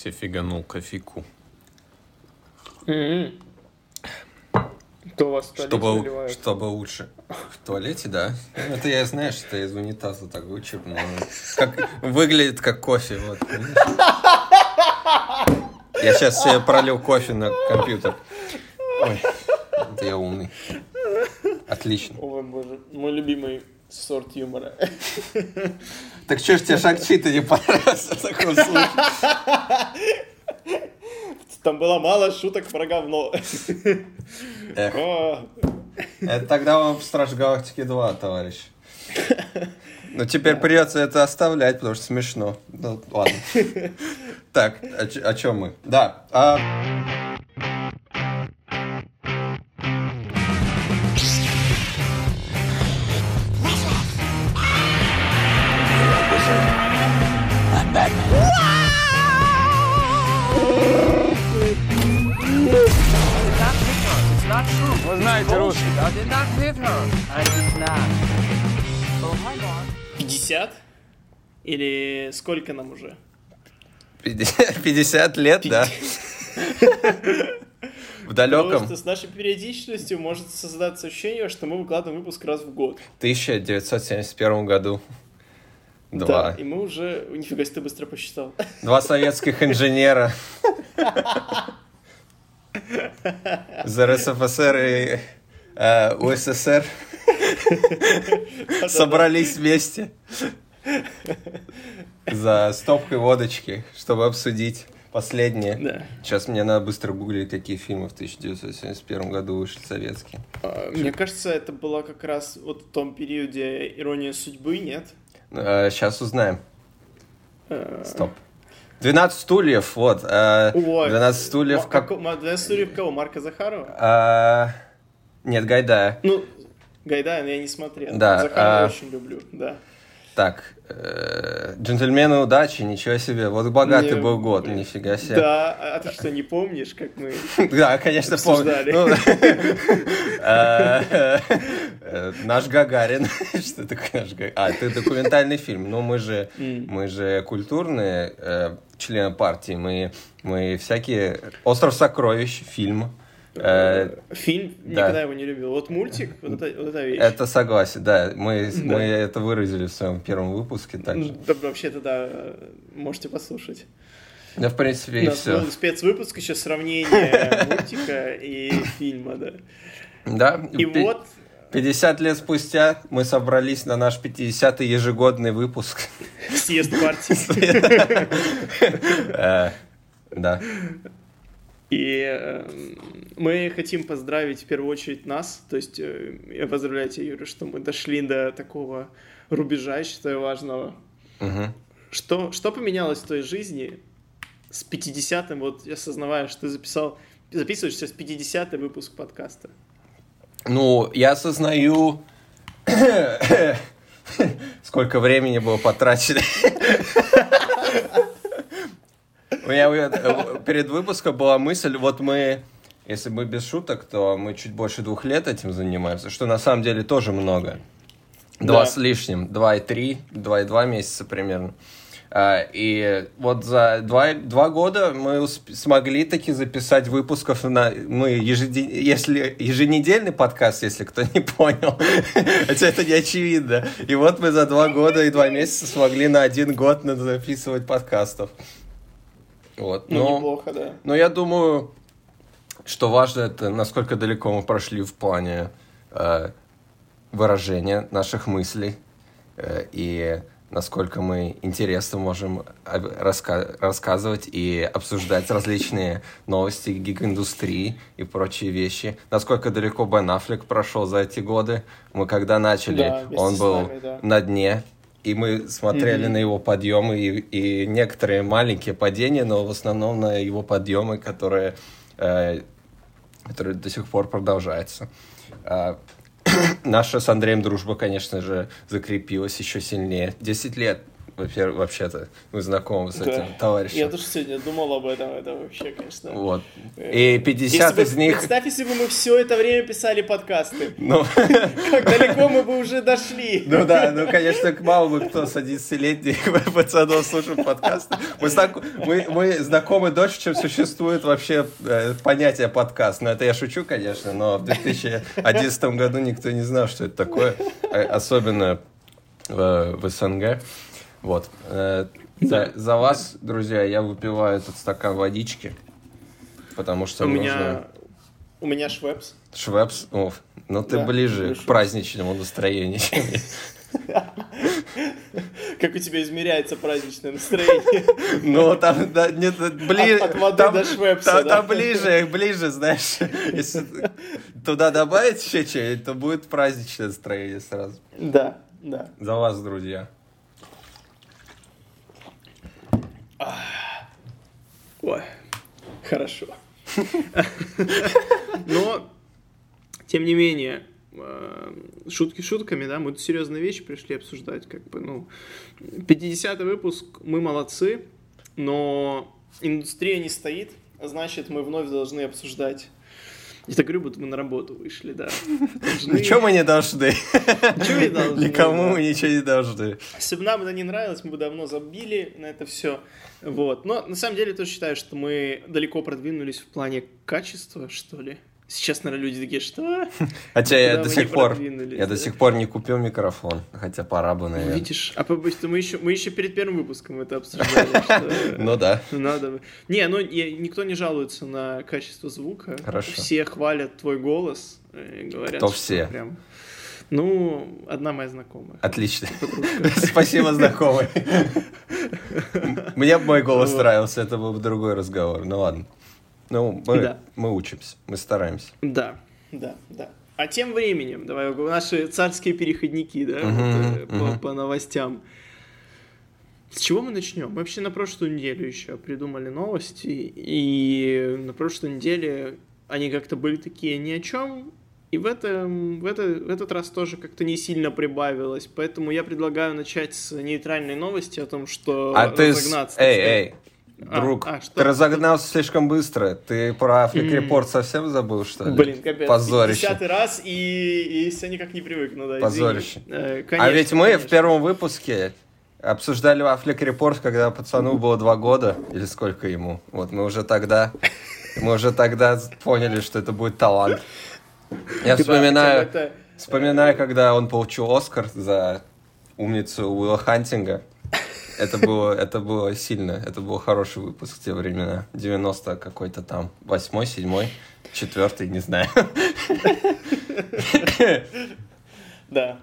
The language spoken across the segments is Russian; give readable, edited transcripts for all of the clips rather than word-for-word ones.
Все фиганул кофейку. Кто у вас в туалете наливает? Чтобы лучше. В туалете, да. Это я, знаешь, это из унитаза так вычерпнул. Как, выглядит как кофе. Вот, я сейчас себе пролил кофе на компьютер. Ой, это я умный. Отлично. Ой, боже, мой любимый сорт юмора. Так что ж тебе Шанг-Чи-то не понравился в таком случае? Там было мало шуток про говно. Эх. Это тогда вам в Страж Галактики 2, товарищ. Ну, теперь придется это оставлять, потому что смешно. Ну, ладно. Так, о чем мы? Да. Вы знаете русский. 50? Или сколько нам уже? 50 лет, да. В далеком. Потому что с нашей периодичностью может создаться ощущение, что мы выкладываем выпуск раз в год. В 1971 году. Да, и мы уже... Нифига себе, ты быстро посчитал. 2 советских инженера из РСФСР и УССР собрались вместе за стопкой водочки, чтобы обсудить последнее. Да. Сейчас мне надо быстро гуглить, какие фильмы в 1971 году вышли советские. Мне кажется, это было как раз вот в том периоде «Ирония судьбы», нет? Сейчас узнаем. Стоп. 12 стульев, вот. 12 стульев... 12 стульев кого? Марка Захарова? Нет, Гайдая. Ну, Гайдая, но я не смотрел. Да, Захарова очень люблю, да. Так, «Джентльмены удачи», ничего себе. Вот богатый был год, нифига себе. Да, а ты что, не помнишь, как мы Да, конечно, помню. Наш Гагарин. Что такое наш Гагарин? Это документальный фильм. Но мы же культурные члены партии. Мы всякие... «Остров сокровищ», фильм. Фильм? Да. Никогда его не любил. Вот мультик, вот эта вещь. Это согласен, да. Мы это выразили в своем первом выпуске также. Да, вообще-то, да, можете послушать. Да, в принципе, и все. Был спецвыпуск, еще сравнение мультика и фильма, да. Да. И вот... 50 лет спустя мы собрались на наш 50-й ежегодный выпуск. Съезд партии. Да. И мы хотим поздравить в первую очередь нас, то есть поздравляйте, Юрий, что мы дошли до такого рубежа, я считаю, важного. Угу. Что поменялось в той жизни с 50-м, вот я осознаваю, что ты записываешь сейчас 50-й выпуск подкаста. Ну, я осознаю, сколько времени было потрачено. У меня перед выпуском была мысль, вот мы, если мы без шуток, то мы чуть больше 2 лет этим занимаемся, что на самом деле тоже много. 2 с лишним, 2,3, 2,2 месяца примерно. И вот за 2 года мы смогли таки записать выпусков еженедельный подкаст, если кто не понял. Хотя это не очевидно. И вот мы за 2 года и 2 месяца смогли на 1 год записывать подкастов. Вот. Неплохо, да. Но я думаю, что важно это, насколько далеко мы прошли в плане выражения наших мыслей и насколько мы интересно можем рассказывать и обсуждать различные новости гик-индустрии и прочие вещи. Насколько далеко Бен Аффлек прошел за эти годы. Мы когда начали, да, он был на дне. И мы смотрели на его подъемы и некоторые маленькие падения, но в основном на его подъемы, которые до сих пор продолжаются. Наша с Андреем дружба, конечно же, закрепилась еще сильнее. 10 лет. вообще-то мы знакомы с этим товарищем. Я тоже сегодня думал об этом, это вообще, конечно. Вот. И 50 из них... Представь, если бы мы все это время писали подкасты. Ну... Как далеко мы бы уже дошли. Ну да, ну, конечно, мало бы кто с 11-летних пацанов слушает подкасты. Мы знакомы дольше, чем существует вообще понятие подкаст. Ну, это я шучу, конечно, но в 2011 году никто не знал, что это такое. Особенно в СНГ. Вот. За вас, друзья, я выпиваю этот стакан водички, потому что нужно... У меня Швепс. Швепс? О, ну ты ближе к праздничному настроению, чем я. Как у тебя измеряется праздничное настроение? Ну, там, да, нет, ближе... От воды до Швепса, там ближе, знаешь. Если туда добавить еще что-нибудь, то будет праздничное настроение сразу. Да. За вас, друзья. Ой, хорошо. Но, тем не менее, шутки шутками, да, мы тут серьезные вещи пришли обсуждать, 50-й выпуск, мы молодцы, но индустрия не стоит, значит, мы вновь должны обсуждать. Я так говорю, будто мы на работу вышли, да. Ничего мы не должны. Ничего не должны. Никому мы ничего не должны. Если бы нам это не нравилось, мы бы давно забили на это все. Вот. Но на самом деле я тоже считаю, что мы далеко продвинулись в плане качества, что ли. Сейчас, наверное, люди такие, что? Хотя я до сих пор не купил микрофон, хотя пора бы, наверное. Видишь, мы еще перед первым выпуском это обсуждали. Ну да. Надо. Не, никто не жалуется на качество звука. Хорошо. Все хвалят твой голос, говорят. То все. Прям... одна моя знакомая. Отлично. Спасибо, знакомый. Мне бы мой голос нравился, это был бы другой разговор. Ну ладно. Мы учимся, мы стараемся. Да. А тем временем, давай, наши царские переходники, да, по новостям. С чего мы начнем? Мы вообще на прошлую неделю еще придумали новости, и на прошлой неделе они как-то были такие ни о чем, и в этот раз тоже как-то не сильно прибавилось, поэтому я предлагаю начать с нейтральной новости о том, что разогнаться. Эй, друг, ты разогнался слишком быстро. Ты про Affleck Report совсем забыл, что ли? Блин, капец. Позорище. 10-й раз, и все никак не привыкну. Да, позорище. Конечно, ведь мы в первом выпуске обсуждали Affleck Report, когда пацану было 2 года, или сколько ему. Вот мы уже тогда поняли, что это будет талант. Я вспоминаю, когда он получил Оскар за умницу Уилла Хантинга. Это было сильно. Это был хороший выпуск в те времена. 90 какой-то там. 8-й, 7-й, 4-й, не знаю. Да.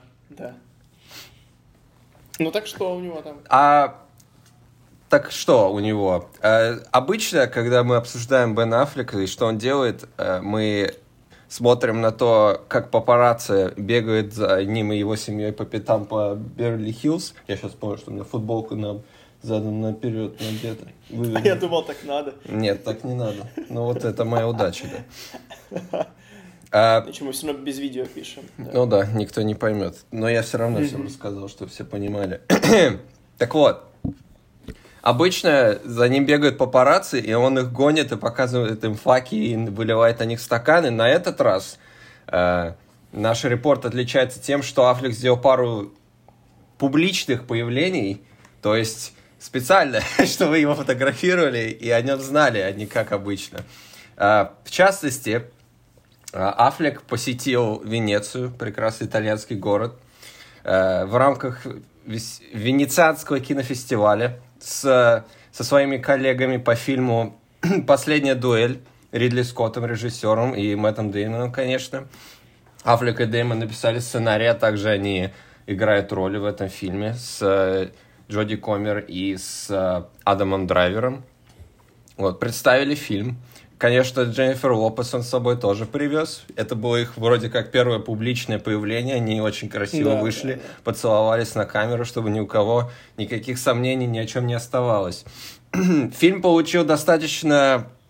Ну так что у него там? Так что у него? Обычно, когда мы обсуждаем Бена Аффлека и что он делает, мы смотрим на то, как папарацци бегают за ним и его семьей по пятам по Беверли-Хиллз. Я сейчас помню, что у меня футболка задом наперед надета. А я думал, так надо. Нет, так не надо. Ну вот это моя удача, да. Почему мы все равно без видео пишем? Да. Ну да, никто не поймет. Но я все равно всем рассказал, чтобы все понимали. Так вот. Обычно за ним бегают папарацци, и он их гонит и показывает им факи, и выливает на них стаканы. На этот раз наш репорт отличается тем, что Аффлек сделал пару публичных появлений, то есть специально, чтобы его фотографировали, и о нем знали, а не как обычно. В частности, Аффлек посетил Венецию, прекрасный итальянский город, в рамках Венецианского кинофестиваля, со своими коллегами по фильму «Последняя дуэль» Ридли Скоттом, режиссером, и Мэттом Деймоном, конечно. Аффлек и Деймон написали сценарий, а также они играют роли в этом фильме с Джоди Комер и с Адамом Драйвером. Вот, представили фильм. Конечно, Дженнифер Лопес он с собой тоже привез. Это было их вроде как первое публичное появление. Они очень красиво вышли, поцеловались на камеру, чтобы ни у кого никаких сомнений ни о чем не оставалось. Фильм получил достаточно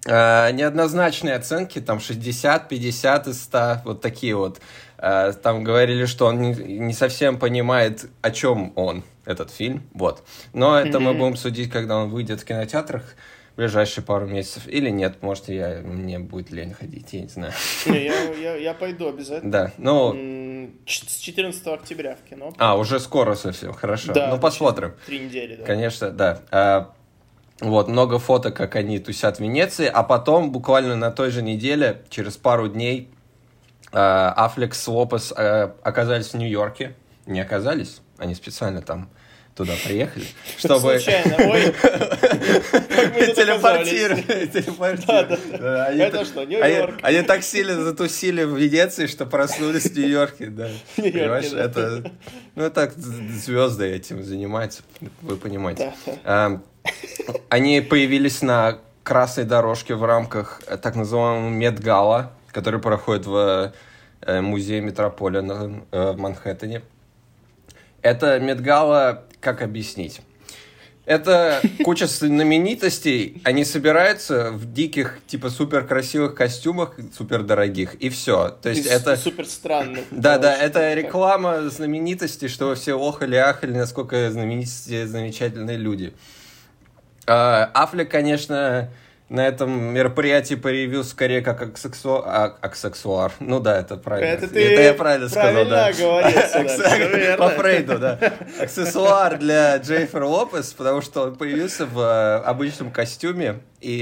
Неоднозначные оценки, там 60, 50 из 100, вот такие вот. Там говорили, что он не совсем понимает, о чем он, этот фильм, вот. Но это мы будем судить, когда он выйдет в кинотеатрах в ближайшие пару месяцев, или нет, может, мне будет лень ходить, я не знаю. Я пойду обязательно. Да, с 14 октября в кино. Уже скоро совсем, хорошо. Да, посмотрим. 3 недели, да. Конечно, да. Вот, много фоток, как они тусят в Венеции, а потом, буквально на той же неделе, через пару дней, Аффлек с Лопес оказались в Нью-Йорке. Не оказались, они специально там туда приехали, чтобы... Случайно, ой. Телепортировали. Это что, Нью-Йорк? Они так сильно затусили в Венеции, что проснулись в Нью-Йорке, да. Понимаешь, это... так звезды этим занимаются, вы понимаете. Они появились на красной дорожке в рамках так называемого Мет-Гала, который проходит в музее Метрополя в Манхэттене. Это Мет-Гала, как объяснить? Это куча знаменитостей, они собираются в диких, типа, суперкрасивых костюмах, супердорогих, и все. То есть это... Супер странно. Да, это реклама знаменитостей, что все охали-ахали, насколько знаменитости замечательные люди. Аффлек, конечно, на этом мероприятии появился скорее как аксексуар. Ну да, это правильно. Это я правильно сказал, да. Говорится, по Фрейду, да. Аксессуар для Дженнифер Лопес, потому что он появился в обычном костюме,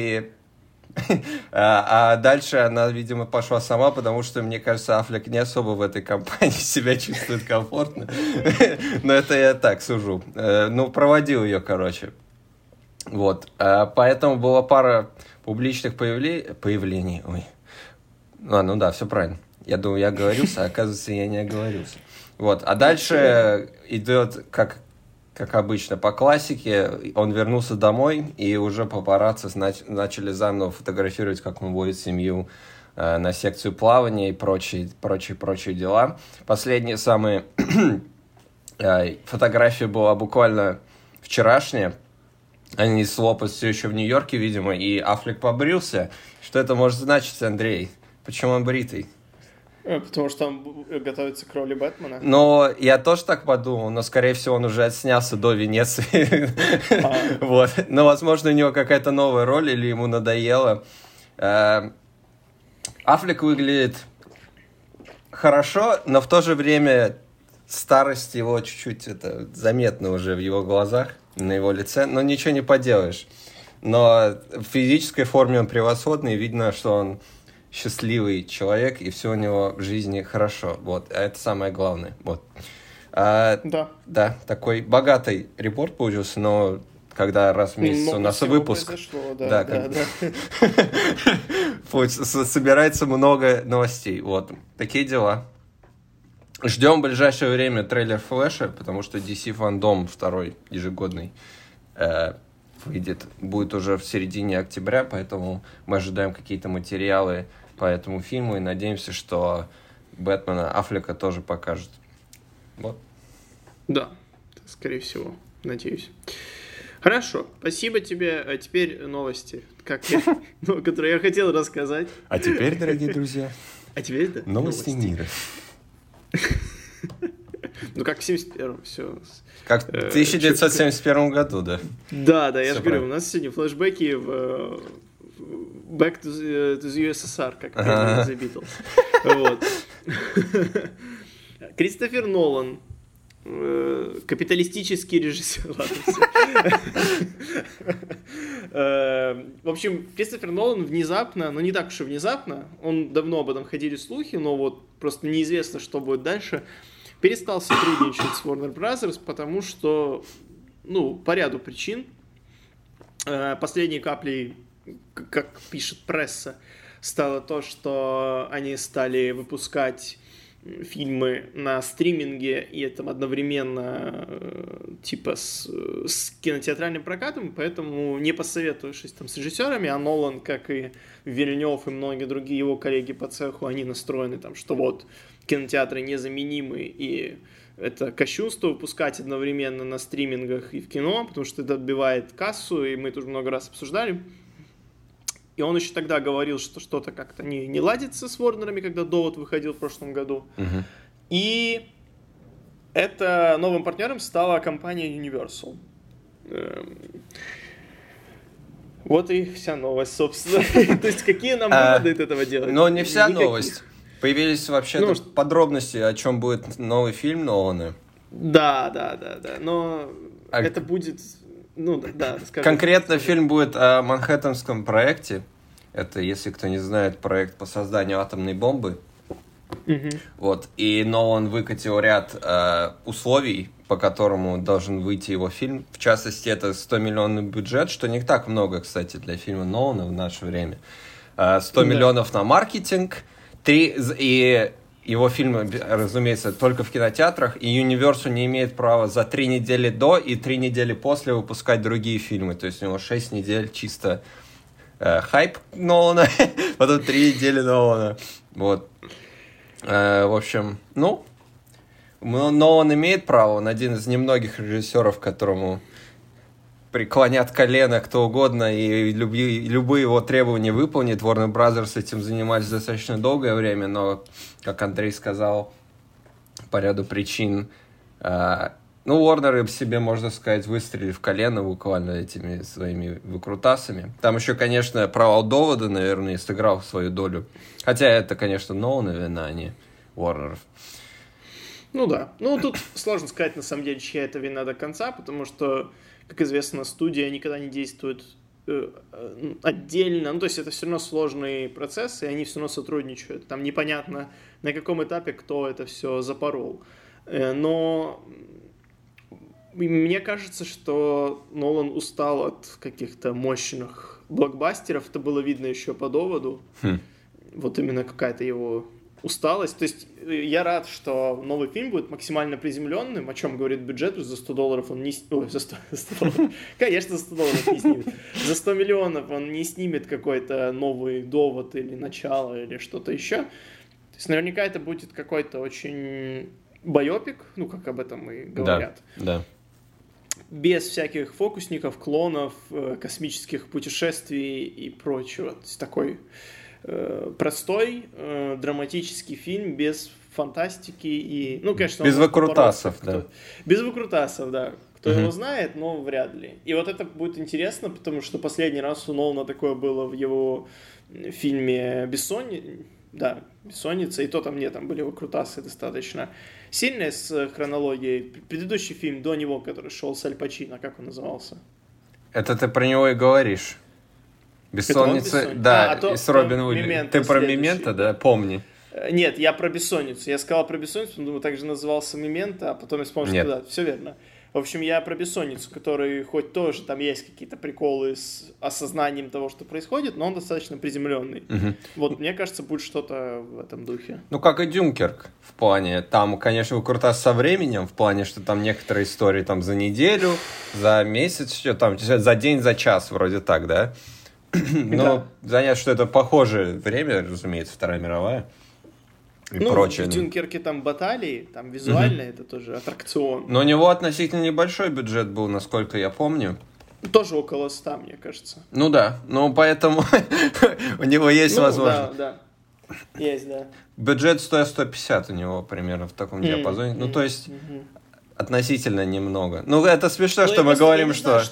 а дальше она, видимо, пошла сама, потому что, мне кажется, Аффлек не особо в этой компании себя чувствует комфортно. Но это я так сужу. Проводил ее, короче. Вот, поэтому была пара публичных появлений. Ой. Все правильно. Я думаю, я оговорился, а оказывается, я не оговорился. Вот, а дальше идет, как обычно, по классике, он вернулся домой, и уже папарацци начали заново фотографировать, как он водит семью на секцию плавания и прочие дела. Последняя самая фотография была буквально вчерашняя. Они с Лопес все еще в Нью-Йорке, видимо, и Аффлек побрился. Что это может значить, Андрей? Почему он бритый? Потому что он готовится к роли Бэтмена. Я тоже так подумал, но, скорее всего, он уже отснялся до Венеции. Вот. Но, возможно, у него какая-то новая роль, или ему надоело. Аффлек выглядит хорошо, но в то же время старость его чуть-чуть заметна уже в его глазах, на его лице, но ничего не поделаешь. Но в физической форме он превосходный, и видно, что он счастливый человек, и все у него в жизни хорошо. Вот, а это самое главное. Вот. Да, такой богатый репорт получился, но когда раз в месяц у нас выпуск, собирается много новостей. Вот, такие дела. Ждем в ближайшее время трейлер Флэша, потому что DC Fandom второй ежегодный выйдет, будет уже в середине октября, поэтому мы ожидаем какие-то материалы по этому фильму и надеемся, что Бэтмена Аффлека тоже покажут. Вот. Да, скорее всего, надеюсь. Хорошо, спасибо тебе. А теперь новости, которые я хотел рассказать. А теперь, дорогие друзья, новости мира. Как в 71-м, все. Как в 1971 году, да. Да, я же говорю, у нас сегодня флешбеки в Back to the USSR, как The Beatles. Вот. Кристофер Нолан, капиталистический режиссер. В общем, Кристофер Нолан внезапно, не так уж и внезапно, давно об этом ходили слухи, но вот просто неизвестно, что будет дальше, перестал сотрудничать с Warner Bros., потому что, по ряду причин, последней каплей, как пишет пресса, стало то, что они стали выпускать фильмы на стриминге, и это одновременно с кинотеатральным прокатом, поэтому не посоветуешься там с режиссерами, а Нолан, как и Вильнёв и многие другие его коллеги по цеху, они настроены там, что вот кинотеатры незаменимы, и это кощунство выпускать одновременно на стримингах и в кино, потому что это отбивает кассу, и мы это уже много раз обсуждали. И он еще тогда говорил, что что-то как-то не ладится с Ворнерами, когда «Довод» выходил в прошлом году. И это новым партнером стала компания Universal. Вот и вся новость, собственно. То есть какие нам выводы от этого делать? Но не вся новость. Появились вообще подробности, о чем будет новый фильм Нолана. Да. Но это будет... скажем. Конкретно фильм будет о Манхэттенском проекте. Это, если кто не знает, проект по созданию атомной бомбы. Вот. И Нолан выкатил ряд условий, по которому должен выйти его фильм. В частности, это 100-миллионный бюджет, что не так много, кстати, для фильма Нолана в наше время. 100 миллионов на маркетинг. И его фильм, разумеется, только в кинотеатрах. И Universal не имеет права за 3 недели до и 3 недели после выпускать другие фильмы. То есть у него 6 недель чисто хайп Нолана, потом 3 недели Нолана. Вот. В общем, Нолан имеет право, он один из немногих режиссеров, которому преклонят колено кто угодно и любые его требования выполнит. Warner Brothers этим занимались достаточно долгое время, но, как Андрей сказал, по ряду причин, Warner себе, можно сказать, выстрелили в колено буквально этими своими выкрутасами. Там еще, конечно, провал «Довода», наверное, сыграл свою долю. Хотя это, конечно, Нолана вина, а не Warner'ов. Тут сложно сказать, на самом деле, чья это вина до конца, потому что, как известно, студия никогда не действует отдельно. То есть это все равно сложный процесс, и они все равно сотрудничают. Там непонятно, на каком этапе кто это все запорол. Но мне кажется, что Нолан устал от каких-то мощных блокбастеров. Это было видно еще по «Доводу». Вот именно какая-то его усталость. То есть я рад, что новый фильм будет максимально приземленным, о чем говорит бюджет. За $100 он не... Ой, за 100 долларов. Конечно, за $100 не снимет. За 100 миллионов он не снимет какой-то новый «Довод» или «Начало» или что-то еще. То есть наверняка это будет какой-то очень байопик, как об этом и говорят. Да. Без всяких фокусников, клонов, космических путешествий и прочего. То есть такой простой драматический фильм без фантастики и... конечно... Без выкрутасов, да. Без выкрутасов, да. Кто его знает, но вряд ли. И вот это будет интересно, потому что последний раз у Нолана такое было в его фильме «Бессонница», и то там там были выкрутасы достаточно сильные с хронологией. Предыдущий фильм до него, который шел с Аль Пачино, как он назывался? Это ты про него и говоришь. «Бессонница», да, и с Робин Уильямсом. Ты про «Мементо», да? Помни. Нет, я про «Бессонницу». Я сказал про «Бессонницу», но думаю, также назывался «Мементо», а потом я вспомнил, что да, все верно. В общем, я про «Бессонницу», который хоть тоже там есть какие-то приколы с осознанием того, что происходит, но он достаточно приземленный. Вот, мне кажется, будет что-то в этом духе. Как и «Дюнкерк» в плане. Там, конечно, выкрутас со временем, в плане, что там некоторые истории там за неделю, за месяц, все там, за день, за час, вроде так, да? Но занять, что это похожее время, разумеется, Вторая мировая. И прочее. В «Дюнкерке» там баталии, там визуально это тоже аттракцион. Но у него относительно небольшой бюджет был, насколько я помню. Тоже около 100, мне кажется. Поэтому у него есть возможность. Да. Есть, да. Бюджет 100-150 у него примерно в таком диапазоне. То есть относительно немного. Это смешно, что мы говорим, что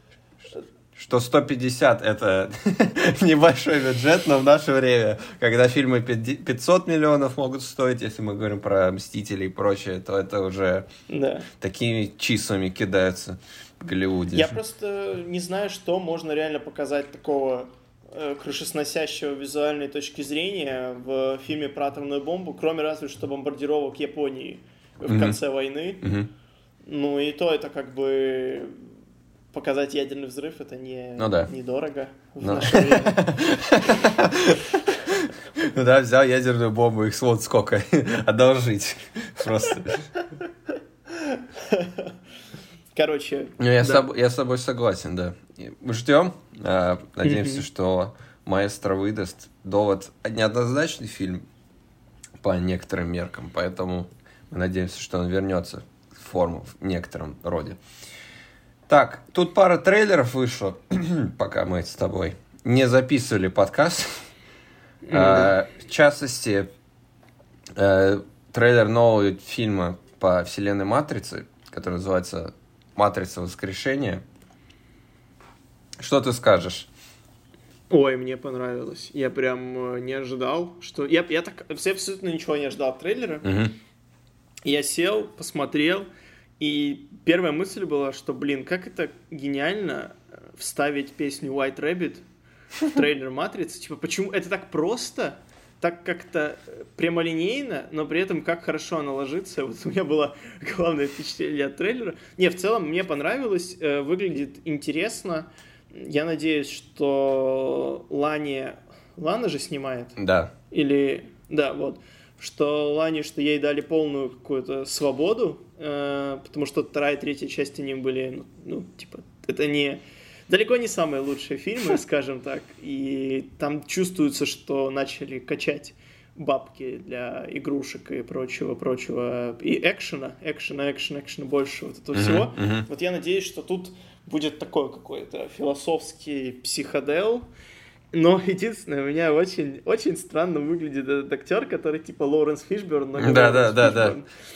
150 это небольшой бюджет, но в наше время, когда фильмы 500 миллионов могут стоить, если мы говорим про «Мстителей» и прочее, то это уже такими числами кидаются в Голливуде. Я просто не знаю, что можно реально показать такого крышесносящего визуальной точки зрения в фильме про атомную бомбу, кроме разве что бомбардировок Японии в конце войны. И то это как бы... Показать ядерный взрыв — это недорого в наше время. Взял ядерную бомбу, их вот сколько, одолжить просто. Короче. Я с тобой согласен, да. Мы ждем, надеемся, что «Маэстро» выдаст. «Довод» неоднозначный фильм по некоторым меркам, поэтому мы надеемся, что он вернется в форму в некотором роде. Так, тут пара трейлеров вышло, пока мы с тобой не записывали подкаст. В частности, трейлер нового фильма по вселенной Матрицы, который называется «Матрица. Воскрешение». Что ты скажешь? Ой, мне понравилось. Я прям не ожидал, что... Я так абсолютно ничего не ожидал от трейлера. Я сел, посмотрел, и первая мысль была, что, как это гениально вставить песню White Rabbit в трейлер Матрицы. Типа, почему это так просто, так как-то прямолинейно, но при этом как хорошо она ложится. Вот у меня было главное впечатление от трейлера. Не, в целом мне понравилось, выглядит интересно. Я надеюсь, что Лана же снимает? Да. Или... Да, вот. Что Лане, что ей дали полную какую-то свободу, потому что вторая и третья части они были, это далеко не самые лучшие фильмы, скажем так, и там чувствуется, что начали качать бабки для игрушек и прочего, и экшена больше вот этого всего. Вот я надеюсь, что тут будет такой какой-то философский психодел. Но единственное, у меня очень, очень странно выглядит этот актер, который типа Лоуренс Фишберн. Да.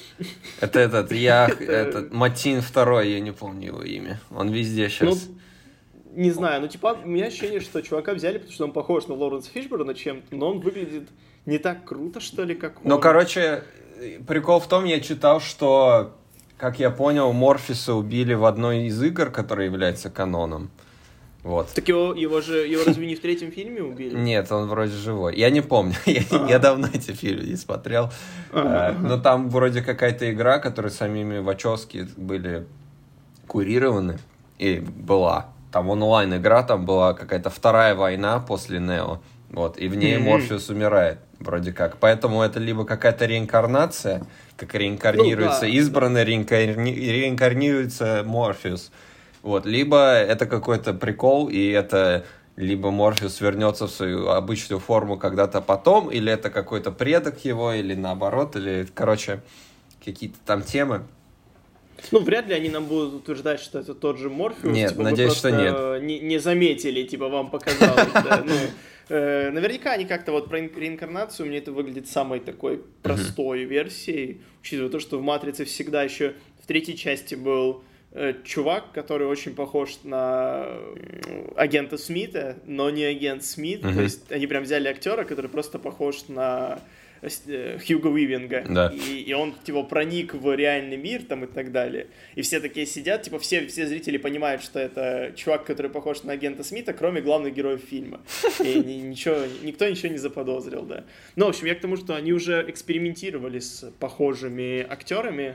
Это Матин II, я не помню его имя. Он везде сейчас. Не знаю, у меня ощущение, что чувака взяли, потому что он похож на Лоуренса Фишберна чем-то, но он выглядит не так круто, что ли, как он. Прикол в том, я читал, что, как я понял, Морфеуса убили в одной из игр, которая является каноном. Вот. Так его разве не в третьем фильме убили? Нет, он вроде живой. Я не помню, я давно эти фильмы не смотрел. Но там вроде какая-то игра, которая самими Вачовски были курированы, и была. Там онлайн-игра, там была какая-то вторая война после Нео. Вот, и в ней Морфеус умирает, вроде как. Поэтому это либо какая-то реинкарнация, как реинкарнируется избранный, реинкарнируется Морфеус. Вот, либо это какой-то прикол, и это либо Морфеус вернется в свою обычную форму когда-то потом, или это какой-то предок его, или наоборот, или, какие-то там темы. Вряд ли они нам будут утверждать, что это тот же Морфеус. Нет, надеюсь, что нет. Не заметили, вам показалось. Наверняка они как-то про реинкарнацию, мне это выглядит самой такой простой версией, учитывая то, что в «Матрице» всегда еще в третьей части был чувак, который очень похож на агента Смита, но не агент Смит. То есть они прям взяли актера, который просто похож на Хьюго Уивинга. Да. И он проник в реальный мир и так далее. И все такие сидят, все зрители понимают, что это чувак, который похож на агента Смита, кроме главных героев фильма. И никто ничего не заподозрил, да. В общем, я к тому, что они уже экспериментировали с похожими актерами,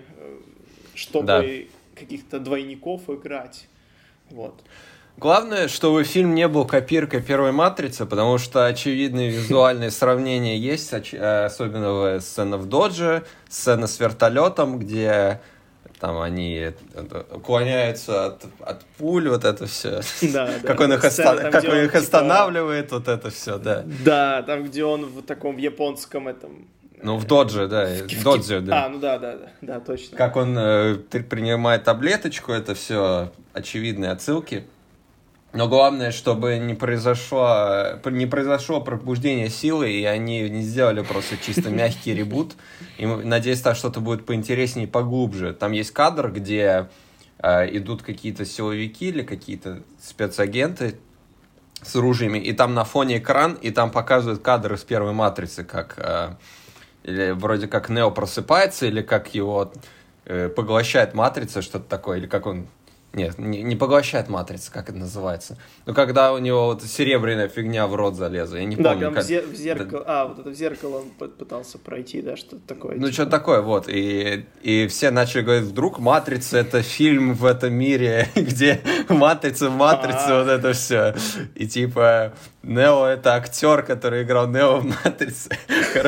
чтобы каких-то двойников играть. Вот. Главное, чтобы фильм не был копиркой первой «Матрицы», потому что очевидные визуальные сравнения есть, особенно сцена в додже, сцена с вертолетом, где там они уклоняются от пуль, вот это все. Да, как он их останавливает, вот это все, да. Да, там, где он в таком японском этом... в додже, да. Додже, да. Да, точно. Как он принимает таблеточку, это все очевидные отсылки. Но главное, чтобы не произошло пробуждение силы, и они не сделали просто чисто мягкий ребут. И надеюсь, там что-то будет поинтереснее и поглубже. Там есть кадр, где идут какие-то силовики или какие-то спецагенты с ружьями, и там на фоне экран, и там показывают кадр из первой «Матрицы», как или вроде как Нео просыпается, или как его поглощает «Матрица», что-то такое, или как он... Нет, не поглощает «Матрица», как это называется. Когда у него серебряная фигня в рот залезла, я не помню. Да, в зеркало, в зеркало он пытался пройти, да, что-то такое. Что-то такое, вот. И все начали говорить, вдруг «Матрица» — это фильм в этом мире, где «Матрица», вот это все. И Нео — это актер, который играл Нео в «Матрице».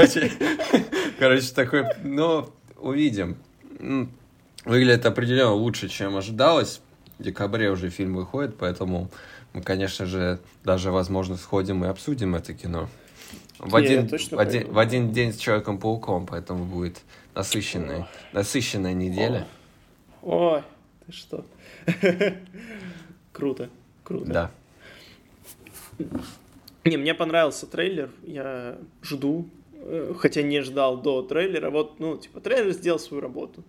Короче, такой, увидим. Выглядит определенно лучше, чем ожидалось. В декабре уже фильм выходит, поэтому мы, конечно же, даже, возможно, сходим и обсудим это кино. В один день с Человеком-пауком, поэтому будет насыщенная неделя. Ой, ты что? Круто. Да. Не, мне понравился трейлер, я жду, хотя не ждал до трейлера. Вот, ну, типа, трейлер сделал свою работу.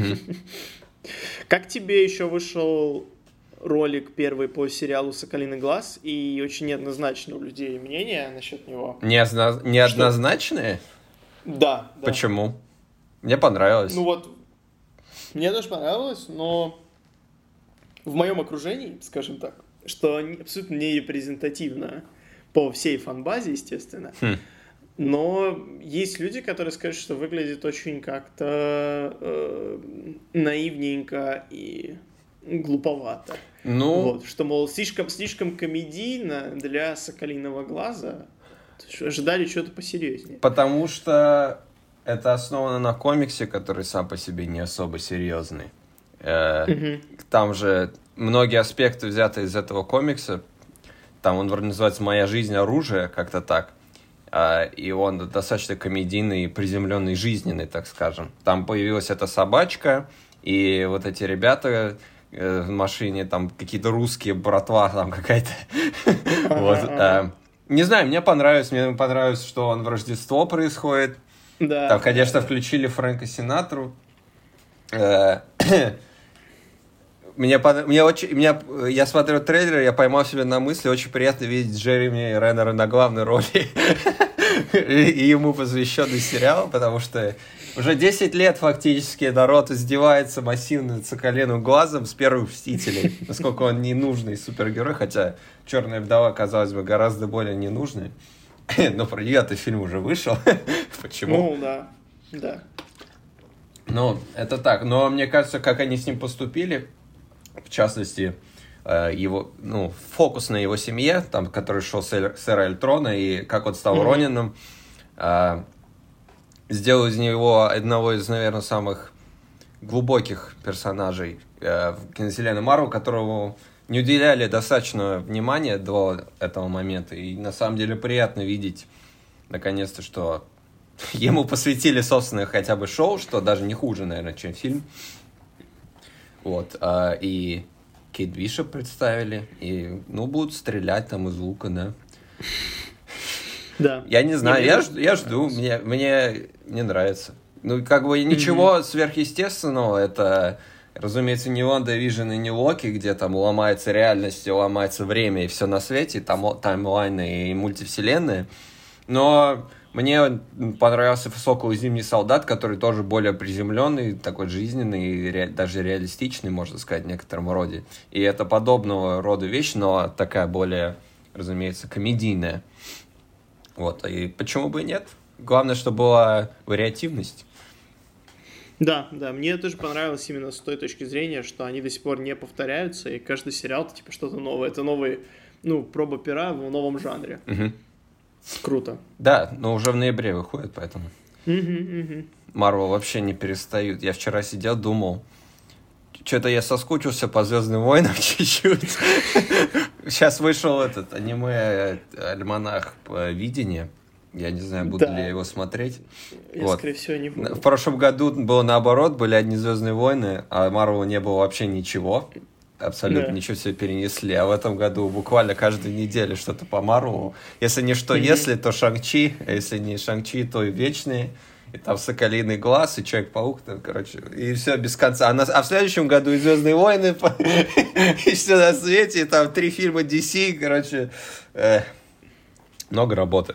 Как тебе еще вышел ролик первый по сериалу «Соколиный глаз», и очень неоднозначное у людей мнение насчет него? Неоднозначные? Да. Почему? Мне понравилось. Ну вот, мне тоже понравилось, но в моем окружении, скажем так, что абсолютно не репрезентативно по всей фан-базе, естественно, но есть люди, которые скажут, что выглядит очень как-то наивненько и глуповато. Ну... Вот, что, мол, слишком комедийно для «Соколиного глаза». Ожидали чего-то посерьезнее. Потому что это основано на комиксе, который сам по себе не особо серьезный. Там же многие аспекты взяты из этого комикса. Там он вроде называется «Моя жизнь. Оружие», как-то так. И он достаточно комедийный, приземленный, жизненный, так скажем. Там появилась эта собачка, и вот эти ребята в машине, там какие-то русские, братва там какая-то. Вот. Не знаю, мне понравилось, что он в Рождество происходит. Да. Там, конечно, включили Фрэнка Синатру. Я смотрю трейлер, я поймал себя на мысли, очень приятно видеть Джереми Реннера на главной роли. И ему посвященный сериал, потому что уже 10 лет фактически народ издевается массивно над Соколиным глазом с первых «Мстителей». Насколько он ненужный супергерой, хотя «Черная вдова», казалось бы, гораздо более ненужный. Но про нее-то фильм уже вышел. Почему? Ну, да. Ну, это так. Но мне кажется, как они с ним поступили, в частности, его, фокус на его семье, там, который шел с Эра Альтрона, и как он стал Ронином, сделал из него одного из, наверное, самых глубоких персонажей в киновселенной Марвел, которому не уделяли достаточно внимания до этого момента. И на самом деле приятно видеть, наконец-то, что ему посвятили собственное хотя бы шоу, что даже не хуже, наверное, чем фильм. Вот. И Кейт Бишоп представили. И, будут стрелять там из лука, да. Да. Я не знаю, я жду, мне нравится. Ничего сверхъестественного, это, разумеется, не Ванда Вижн и не Локи, где там ломается реальность, ломается время и все на свете, там таймлайны и мультивселенные. Но мне понравился «Сокол и Зимний солдат», который тоже более приземленный, такой жизненный, даже реалистичный, можно сказать, в некотором роде. И это подобного рода вещь, но такая более, разумеется, комедийная. Вот, и почему бы и нет? Главное, чтобы была вариативность. Да, мне тоже понравилось именно с той точки зрения, что они до сих пор не повторяются, и каждый сериал это типа что-то новое. Это новый, проба пера в новом жанре. Круто. Да, но уже в ноябре выходит, поэтому. Марвел вообще не перестают. Я вчера сидел, думал, что-то я соскучился по «Звездным войнам» чуть-чуть. Сейчас вышел этот аниме-альманах «Видение». Я не знаю, буду ли я его смотреть. Я, скорее всего, не буду. В прошлом году было наоборот, были одни «Звездные войны», а Марвел не было вообще ничего. Абсолютно ничего себе перенесли. А в этом году буквально каждую неделю что-то по Марвелу. Если не что если, то Шанг-Чи. А если не Шанг-Чи, то и Вечные. И там «Соколиный глаз», и Человек-паук, там, короче, и все без конца. А в следующем году и «Звездные войны», и все на свете, и там 3 фильма DC, короче, много работы.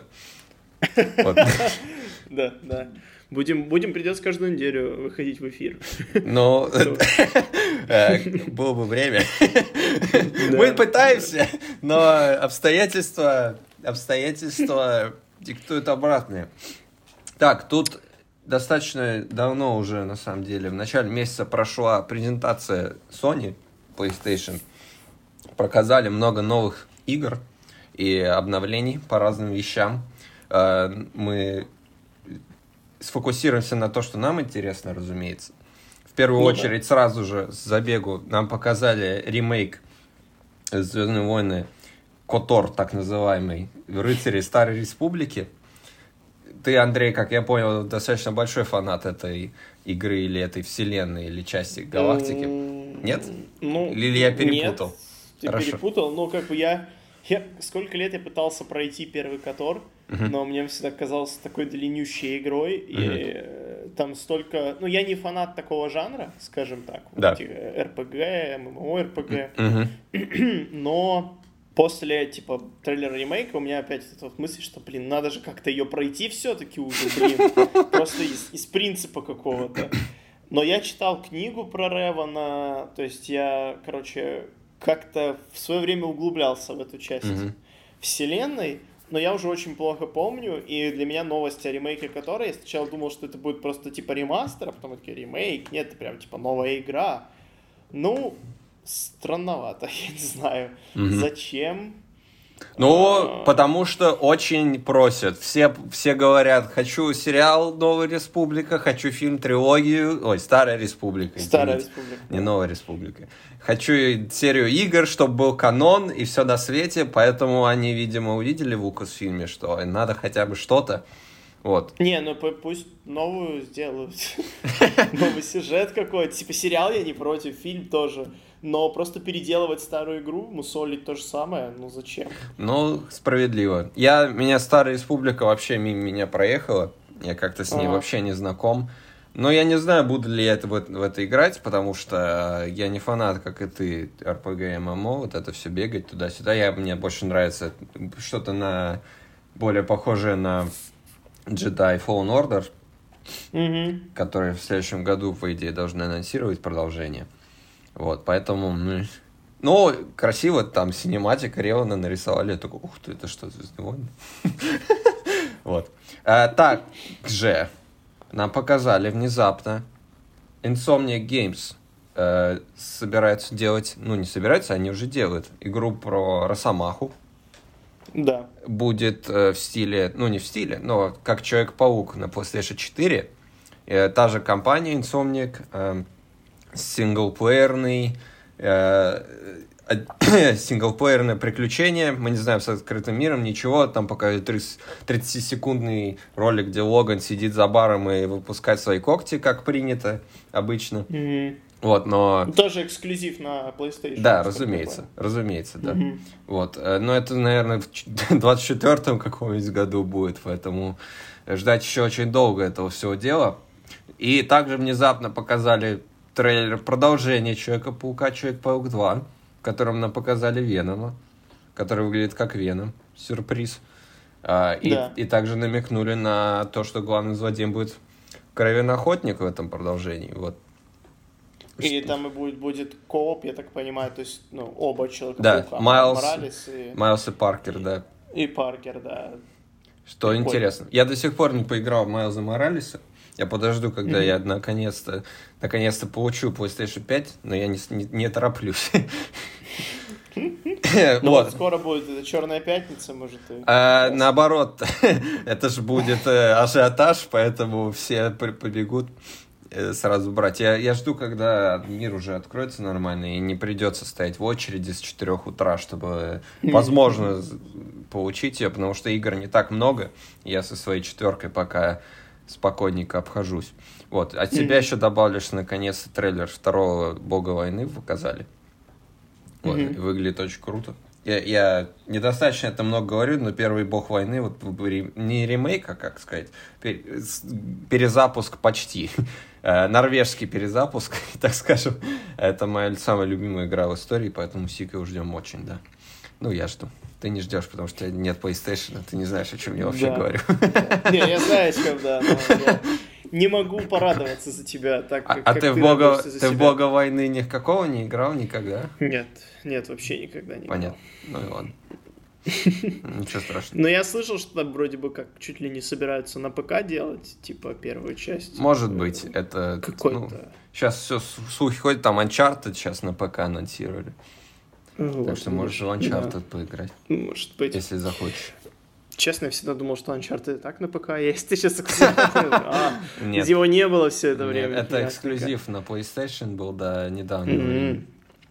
Да. Будем, придется каждую неделю выходить в эфир. Ну, было бы время. Мы пытаемся, но обстоятельства диктуют обратное. Так, тут достаточно давно уже, на самом деле, в начале месяца прошла презентация Sony PlayStation. Показали много новых игр и обновлений по разным вещам. Мы сфокусируемся на то, что нам интересно, разумеется. В первую очередь, сразу же с забегу нам показали ремейк «Звездные войны», КОТОР, так называемый, «Рыцари Старой Республики». Ты, Андрей, как я понял, достаточно большой фанат этой игры или этой вселенной, или части галактики. Нет? Или я перепутал? Нет, ты перепутал, но как бы я Сколько лет я пытался пройти первый Котор, но мне всегда казался такой длиннющей игрой, и там столько... Ну, я не фанат такого жанра, скажем так, да. РПГ, ММО-РПГ, но после, типа, трейлера ремейка у меня опять эта вот мысль, что, блин, надо же как-то ее пройти все-таки уже, блин, просто из принципа какого-то. Но я читал книгу про Ревана, то есть я, короче, как-то в свое время углублялся в эту часть вселенной, но я уже очень плохо помню, и для меня новость о ремейке которой, я сначала думал, что это будет просто типа ремастер, а потом такие ремейк, нет, это прям типа новая игра. Ну, странновато, я не знаю, зачем. Ну, потому что очень просят. Все говорят, хочу сериал «Новая республика», хочу фильм «Трилогию». Ой, «Старая республика». «Старая республика». Не «Новая республика». Хочу серию игр, чтобы был канон и все на свете. Поэтому они, видимо, увидели в Лукасфильме, что надо хотя бы что-то. Вот. Не, ну пусть новую сделают. Новый сюжет какой-то. Типа сериал я не против, фильм тоже. Но просто переделывать старую игру, мусолить то же самое, ну зачем? Ну, справедливо. Меня «Старая республика» вообще мимо меня проехала. Я как-то с ней вообще не знаком. Но я не знаю, буду ли я в это играть, потому что я не фанат, как и ты, RPG, MMO, вот это все бегать туда-сюда. Мне больше нравится что-то более похожее на Jedi Fallen Order, который в следующем году, по идее, должны анонсировать продолжение. Вот, поэтому... Ну, красиво там синематика Ревана нарисовали. Я такой, ух ты, это что, «Звездные войны»? Вот. Так же нам показали внезапно Insomniac Games собираются делать... Ну, не собираются, они уже делают игру про Росомаху. Да. Будет в стиле... Ну, не в стиле, но как Человек-паук на PlayStation 4. Та же компания Insomniac... синглплеерное приключение, мы не знаем, с открытым миром, ничего, там показывают 30-секундный ролик, где Логан сидит за баром и выпускает свои когти, как принято обычно. Вот, но... Тоже эксклюзив на PlayStation. Да, разумеется, да. Вот, но это, наверное, в 24-м каком-нибудь году будет, поэтому ждать еще очень долго этого всего дела. И также внезапно показали трейлер продолжения Человека-паука, Человек-паук 2, в котором нам показали Венома, который выглядит как Веном. Сюрприз. И также намекнули на то, что главным злодеем будет Кровавый охотник в этом продолжении. Вот. И там и будет кооп, я так понимаю, то есть оба Человека-паука. Да, Майлз и Паркер, да. И Паркер, да. Что прикольно. Интересно. Я до сих пор не поиграл в Майлза Моралеса. Я подожду, когда я наконец-то получу PlayStation 5, но я не тороплюсь. Вот скоро будет это «Черная пятница», может. Наоборот, это же будет ажиотаж, поэтому все побегут сразу брать. Я жду, когда мир уже откроется нормально и не придется стоять в очереди с 4 утра, чтобы, возможно, получить ее, потому что игр не так много. Я со своей 4 пока спокойненько обхожусь. Вот. От тебя еще добавлю, что наконец-то трейлер второго Бога войны показали. Вот. И выглядит очень круто. Я недостаточно это много говорю, но первый Бог войны, вот не ремейк, а как сказать, перезапуск почти. Норвежский перезапуск, так скажем. Это моя самая любимая игра в истории, поэтому сиквел ждем очень, да. Ну, я жду. Ты не ждешь, потому что нет PlayStation, ты не знаешь, о чем я вообще говорю. Не, я знаю, о чем, да, но я не могу порадоваться за тебя, так как ты в Бога войны никакого не играл никогда? Нет, вообще никогда не играл. Понятно, ну и ладно. Ничего страшного. Но я слышал, что там вроде бы как чуть ли не собираются на ПК делать, типа первую часть. Может быть, это... Какой-то... Сейчас все слухи ходят, там Uncharted сейчас на ПК анонсировали. Вот, так что можешь в Uncharted поиграть. Может быть. Если захочешь. Честно, я всегда думал, что Uncharted так на ПК есть. Ты сейчас Нет. Его не было все это время. Это эксклюзив на PlayStation был до недавнего.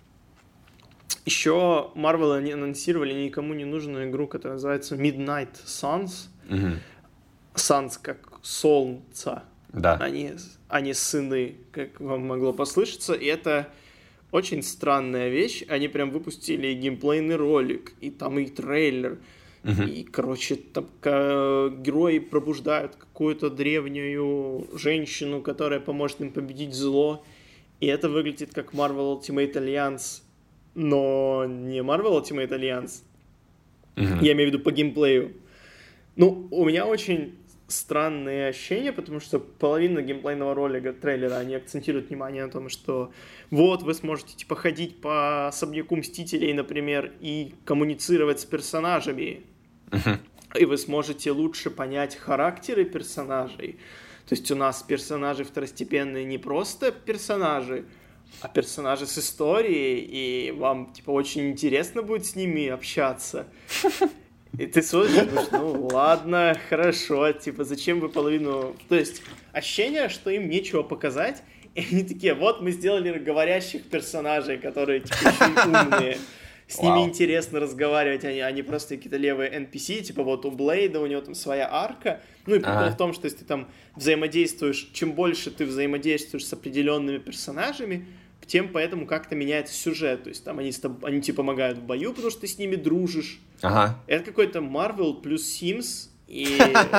Еще Marvel анонсировали никому не нужную игру, которая называется Midnight Suns. Suns как солнца. Да. Они сыны, как вам могло послышаться. И это очень странная вещь. Они прям выпустили и геймплейный ролик, и там и трейлер. И, короче, там герои пробуждают какую-то древнюю женщину, которая поможет им победить зло. И это выглядит как Marvel Ultimate Alliance, но не Marvel Ultimate Alliance. Я имею в виду по геймплею. Ну, у меня очень странные ощущения, потому что половина геймплейного ролика, трейлера, они акцентируют внимание на том, что вот вы сможете типа ходить по особняку Мстителей, например, и коммуницировать с персонажами. И вы сможете лучше понять характеры персонажей. То есть у нас персонажи второстепенные не просто персонажи, а персонажи с историей, и вам типа очень интересно будет с ними общаться. И ты смотришь, думаешь, ну ладно, хорошо, типа зачем вы половину... То есть ощущение, что им нечего показать, и они такие, вот мы сделали говорящих персонажей, которые типа еще и умные. С ними интересно разговаривать, они просто какие-то левые NPC, типа вот у Блейда, у него там своя арка. Ну и прикол в том, что если ты там взаимодействуешь, чем больше ты взаимодействуешь с определенными персонажами, тем поэтому как-то меняется сюжет. То есть там они тебе помогают в бою, потому что ты с ними дружишь. Это какой-то Marvel плюс Sims. И...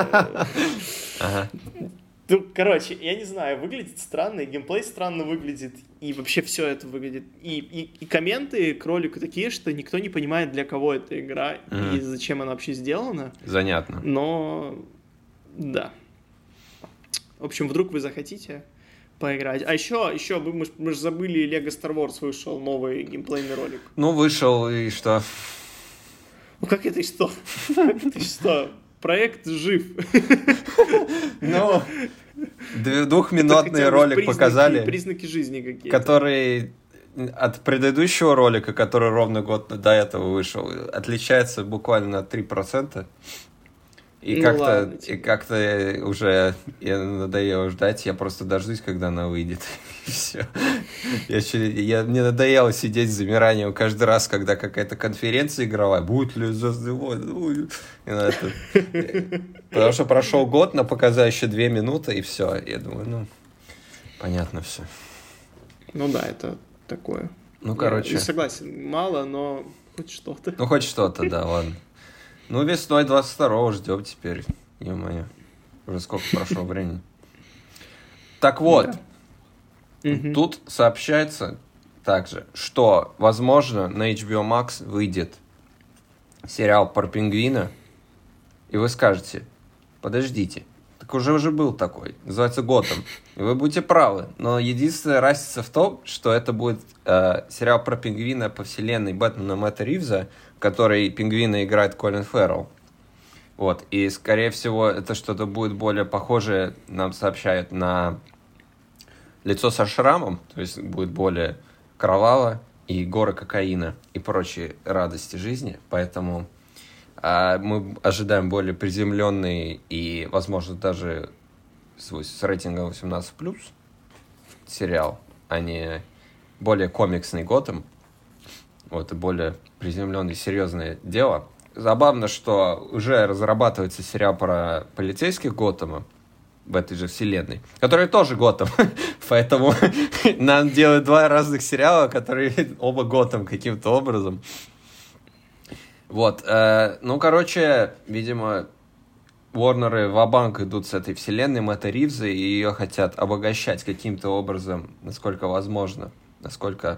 Ну, короче, я не знаю, выглядит странно, и геймплей странно выглядит, и вообще все это выглядит. И комменты к ролику такие, что никто не понимает, для кого эта игра и зачем она вообще сделана. Занятно. Но, да. В общем, вдруг вы захотите поиграть. А еще мы же забыли, Lego Star Wars вышел, новый геймплейный ролик. Ну, вышел, и что? Ну, как это и что? Как это и что? Проект жив. Ну, двухминутный ролик показали. Признаки жизни какие-то. Который от предыдущего ролика, который ровно год до этого вышел, отличается буквально на 3%. И как-то уже я надоело ждать, я просто дождусь, когда она выйдет. И все. Мне надоело сидеть с замиранием каждый раз, когда какая-то конференция игровая. Будет ли «Звездные войны»? Потому что прошел год, но показал еще 2 минуты, и все. Я думаю, понятно все. Ну да, это такое. Ну, короче. Я согласен, мало, но хоть что-то. Ну, хоть что-то, да, ладно. Ну, весной 22-го ждем теперь. Ё-моё. Уже сколько прошло времени. Так вот. Тут сообщается также, что, возможно, на HBO Max выйдет сериал про пингвина. И вы скажете, подождите, так уже был такой. Называется «Готэм». И вы будете правы. Но единственная разница в том, что это будет сериал про пингвина по вселенной Бэтмена Мэтта Ривза, в которой пингвина играет Колин Феррелл. Вот. И, скорее всего, это что-то будет более похожее, нам сообщают, на лицо со шрамом. То есть будет более кроваво и горы кокаина и прочие радости жизни. Поэтому мы ожидаем более приземленный и, возможно, даже с рейтингом 18+, сериал, а не более комиксный Готэм. Вот, и более приземленное, серьезное дело. Забавно, что уже разрабатывается сериал про полицейских Готэма в этой же вселенной, который тоже Готэм. Поэтому нам делают 2 разных сериала, которые оба Готэм каким-то образом. Вот. Ну, короче, видимо, Уорнеры ва-банк идут с этой вселенной Мэтта Ривза, и ее хотят обогащать каким-то образом, насколько возможно. Насколько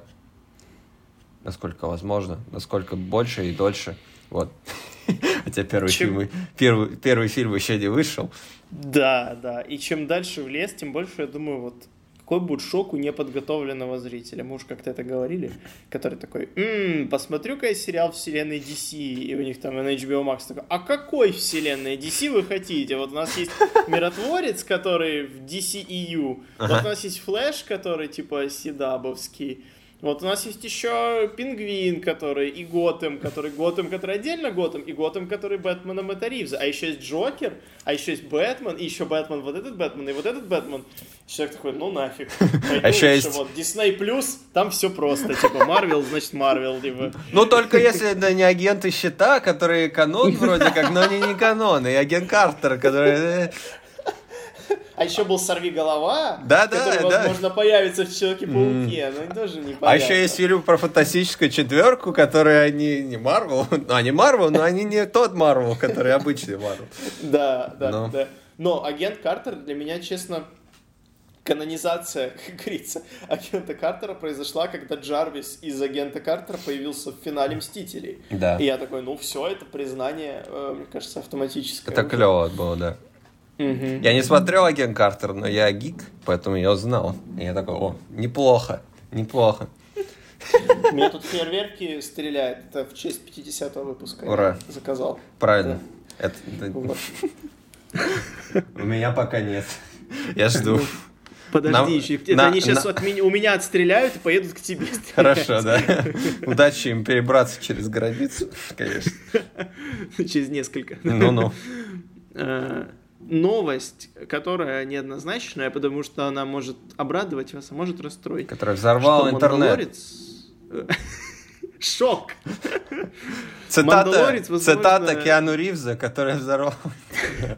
возможно, насколько больше и дольше. Вот. Хотя первый фильм еще не вышел. Да. И чем дальше в лес, тем больше, я думаю, вот какой будет шок у неподготовленного зрителя. Мы уж как-то это говорили. Который такой, посмотрю-ка я сериал вселенной DC. И у них там на HBO Max такой, а какой вселенной DC вы хотите? Вот у нас есть Миротворец, который в DCEU. Вот у нас есть Флэш, который типа Сидабовский. Вот у нас есть еще Пингвин, который и Готэм, который отдельно Готэм, и Готэм, который Бэтмена Мэтта Ривза. А еще есть Джокер, а еще есть Бэтмен, и еще Бэтмен, вот этот Бэтмен, и вот этот Бэтмен. Человек такой, ну нафиг. А еще есть... Вот, Disney+, там все просто. Типа, Марвел, значит, Марвел. Типа. Ну, только если это не агенты щита, которые канон вроде как, но они не канон. И агент Картер, который... А еще был «Сорвиголова», Да, который, возможно, появится в «Человеке-пауке», но тоже не понятно. А еще есть фильм про фантастическую четверку, которые они не Марвел, они Марвел, но они не тот Марвел, который обычный Марвел. Да. Но «Агент Картер» для меня, честно, канонизация, как говорится, агента Картера произошла, когда Джарвис из агента Картера появился в финале «Мстителей». Да. И я такой, ну все, это признание, мне кажется, автоматическое. Это клево было, да. Я не смотрел «Агент Картер», но я гик, поэтому я узнал. И я такой, о, неплохо. У меня тут фейерверки стреляют. Это в честь 50-го выпуска. Ура. Я заказал. Правильно. Да. Вот. У меня пока нет. Я жду. Подожди, еще. Они сейчас у меня отстреляют и поедут к тебе стрелять. Хорошо, да. Удачи им перебраться через границу, конечно. Через несколько. Ну-ну. Новость, которая неоднозначная, потому что она может обрадовать вас, а может расстроить. Которая взорвала интернет. Шок! Цитата Киану Ривза, которая взорвала интернет.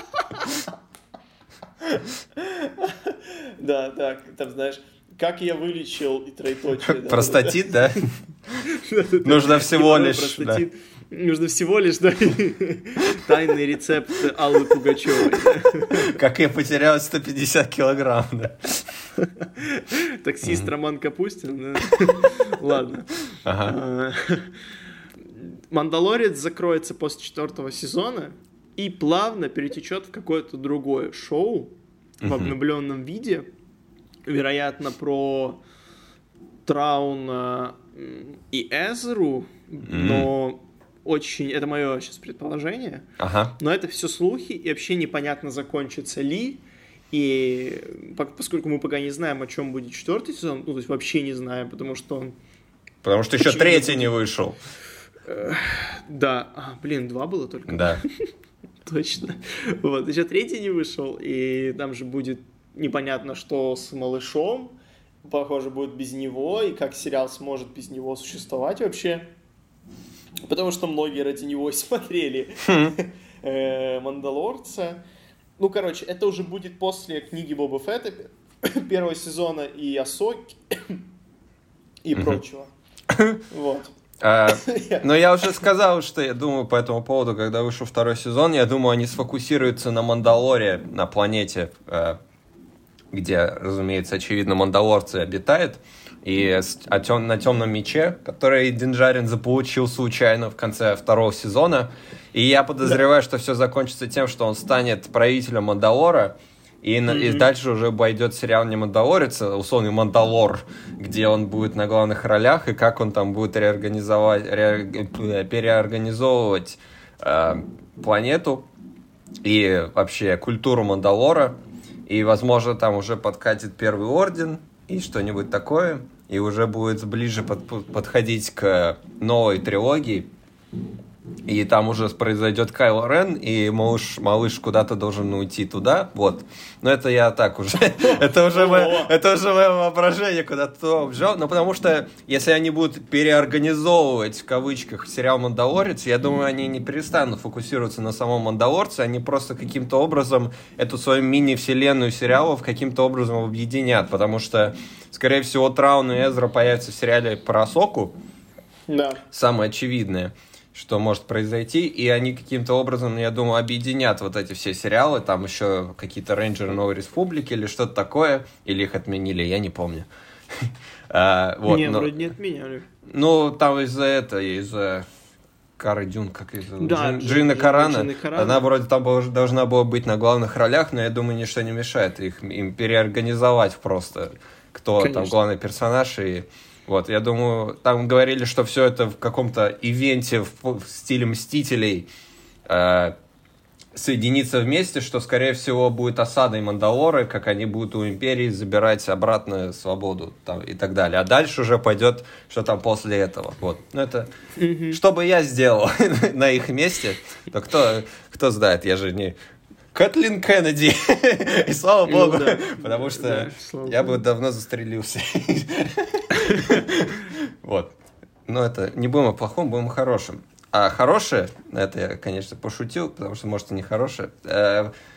Да, так, там, знаешь, как я вылечил и троеточие. Простатит, да? Нужно всего лишь... Нужно всего лишь, да, тайный рецепт Аллы Пугачевой. Как я потерял 150 килограмм, да. Таксист Роман Капустин, да. Ладно. «Мандалорец» закроется после 4-го сезона и плавно перетечет в какое-то другое шоу в обновленном виде. Вероятно, про Трауна и Эзру, но... Очень, это мое сейчас предположение, но это все слухи, и вообще непонятно, закончится ли, и поскольку мы пока не знаем, о чем будет 4-й сезон, ну, то есть вообще не знаем, потому что он... Потому что еще 3-й не вышел. Да, 2 было только. Да. Точно. Вот, еще 3-й не вышел, и там же будет непонятно, что с малышом, похоже, будет без него, и как сериал сможет без него существовать вообще. Потому что многие ради него смотрели «Мандалорца». Ну, короче, это уже будет после книги Боба Фетта, 1-го сезона, и Асоки, и прочего. Вот. Но я уже сказал, что я думаю по этому поводу, когда вышел 2-й сезон, я думаю, они сфокусируются на Мандалоре, на планете, где, разумеется, очевидно, мандалорцы обитают. И на темном мече, который Дин Джарин заполучил случайно в конце 2-го сезона. И я подозреваю, что все закончится тем, что он станет правителем Мандалора. И дальше уже пойдет сериал не «Мандалорец», а условный «Мандалор», где он будет на главных ролях, и как он там будет переорганизовывать планету и вообще культуру Мандалора. И, возможно, там уже подкатит Первый Орден и что-нибудь такое, и уже будет ближе подходить к новой трилогии, и там уже произойдет Кайло Рен, и малыш куда-то должен уйти туда, вот. Но это я так уже, это уже мое воображение куда-то взял, но потому что, если они будут переорганизовывать, в кавычках, сериал «Мандалорец», я думаю, они не перестанут фокусироваться на самом «Мандалорце», они просто каким-то образом эту свою мини-вселенную сериалов каким-то образом объединят, потому что, скорее всего, Траун и Эзра появятся в сериале про Асоку, да. Самое очевидное, что может произойти, и они каким-то образом, я думаю, объединят вот эти все сериалы, там еще какие-то «Рейнджеры Новой Республики» или что-то такое, или их отменили, я не помню. Вроде не отменяли. Ну, там из-за Кары Дюн, как из Джина Карана, она вроде там должна была быть на главных ролях, но я думаю, ничто не мешает им переорганизовать просто, кто там главный персонаж, и вот, я думаю, там говорили, что все это в каком-то ивенте в стиле «Мстителей» соединится вместе, что, скорее всего, будет осадой Мандалоры, как они будут у Империи забирать обратно свободу там, и так далее. А дальше уже пойдет, что там после этого. Вот. Ну, это... Что бы я сделал на их месте, то кто знает, я же не... Кэтлин Кеннеди. И слава богу, потому что я бы давно застрелился. Вот. Но это не будем о плохом, будем о хорошем. А хорошее, это я, конечно, пошутил, потому что, может, и не хорошее.